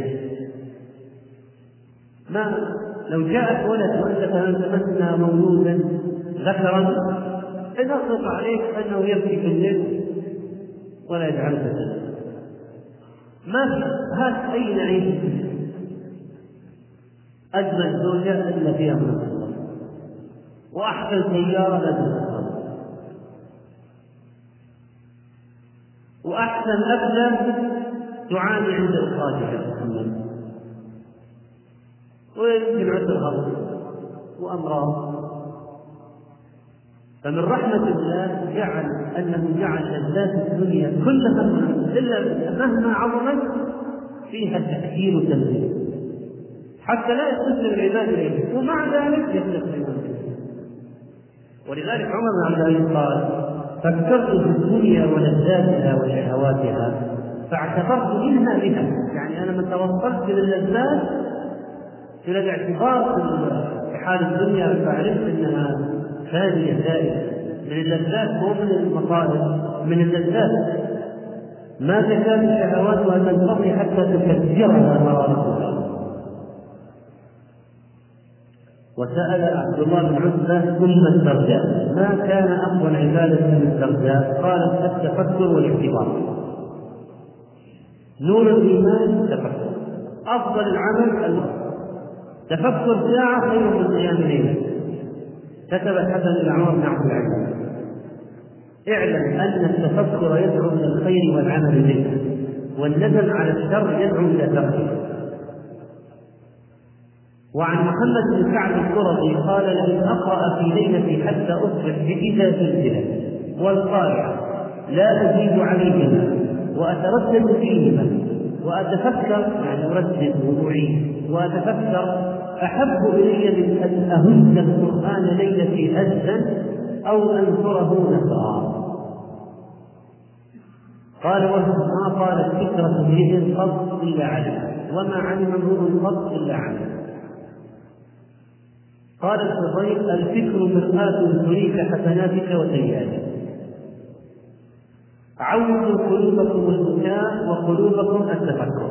ما لو جاءت ولد وانت تمسنا مولودا ذكرا لنقص عليك أنه يبكي في الليل ولا يجعلك ذلك. ما في هذا أي نعيم. أجمل زوجة إلا فيها من الله، وأحسن سيارة لا تتخلص، وأحسن أكلة تعاني عند إخراجها ويمكن عند الهضم وأمراض. فمن رحمة الله جعل أنه جعل لذات الدنيا كلها إلا مهما عظمت فيها تأثير وتنزيل حتى لا يستسلم العباد إليه، ومع ذلك يستسلمون. ولذلك عمر بن عبد العزيز قال: فكرت في الدنيا ولذاتها وشهواتها فاعتبرت منها بها، يعني أنا من توصلت للذات إلى الاعتبار في حال الدنيا فعرفت أنها فانية زائدة. من اللذات مو من المطالب، من اللذات ما تكاد شهواتها تنقضي حتى تكسرها مرارتها. وسأل عبد الله بن عتبة: ثم الدرجات، ما كان أفضل عبادة من الدرجات؟ قال: التفكر والاعتبار. نور الإيمان التفكر، أفضل العمل المرء تفكر ساعة خير من قيام ليلة. كتب الحسن بن عمر بن عبد العزيز: اعلم أن التفكر يدعو إلى الخير والعمل به، والندم على الشر يدعو إلى تركه. وعن محمد بن كعب القرظي قال: لئن أقرأ في ليلتي حتى أصبح بإذا زلزلت والقارعة لا أزيد عليهما وأتردد فيهما وأتفكر، يعني أردد وأعيد وأتفكر، أحب إلي من أن أهز القرآن ليلتي هزا أو أنثره نثرا. قال: وما قالت فكرة امرئ قط إلا علم، وما علم امرؤ قط إلا علم. قال الفضيل: الفكر مرآة تريك حسناتك وسيئاتك. عودوا قلوبكم البكاء وقلوبكم التفكر.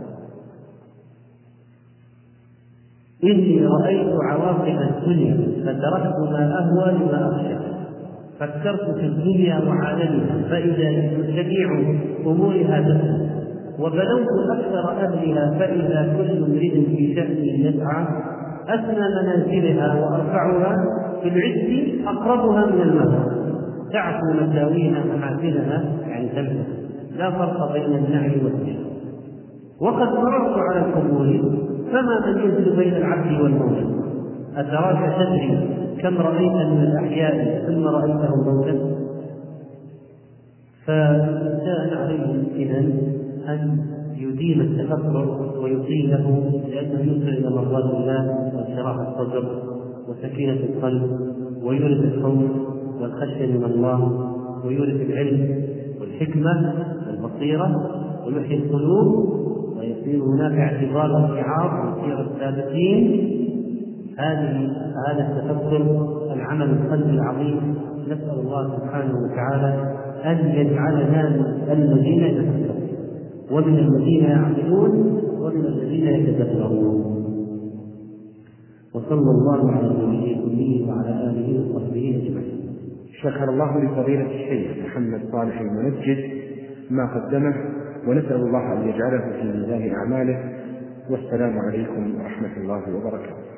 إني رأيت عواقب الدنيا فتركت ما أهوى لما أخشى. فكرت في الدنيا وعالمها فإذا جميع أمورها تسلم، وبلوت أكثر أهلها فإذا كل امرئ في شأن يسعى. أثنى منازلها وأرفعها في العز أقربها من الموت. تعفو مساويها محاسنها يعني تمسك، لا فرق بين النعي والسجن. وقد مررت على القبور فما من ينزل بين العبد والموت. أتراك تدري كم رأيت من الأحياء ثم رأيته موتا؟ فالإنسان عليه إذن أن يديم التفكر ويطيله، لأنه يوصل إلى مرضات الله وانشراح الصدر وسكينة القلب، ويورث الخوف والخشية من الله، ويورث العلم والحكمة والبصيرة، ويحيي القلوب، ويصير هناك اعتبار واتعاظ ويصير السابقين. هذه هذا التفكر العمل القلبي العظيم. نسأل الله سبحانه وتعالى أن يجعلنا من الذين يتفكرون ومن الذين يعقلون ومن الذين يتدبرون. وصلى الله على النبي الأمي وعلى آله وصحبه أجمعين. شكر الله لفضيلة الشيخ محمد صالح المنجد ما قدمه، ونسأل الله أن يجعله في ميزان أعماله. والسلام عليكم ورحمة الله وبركاته.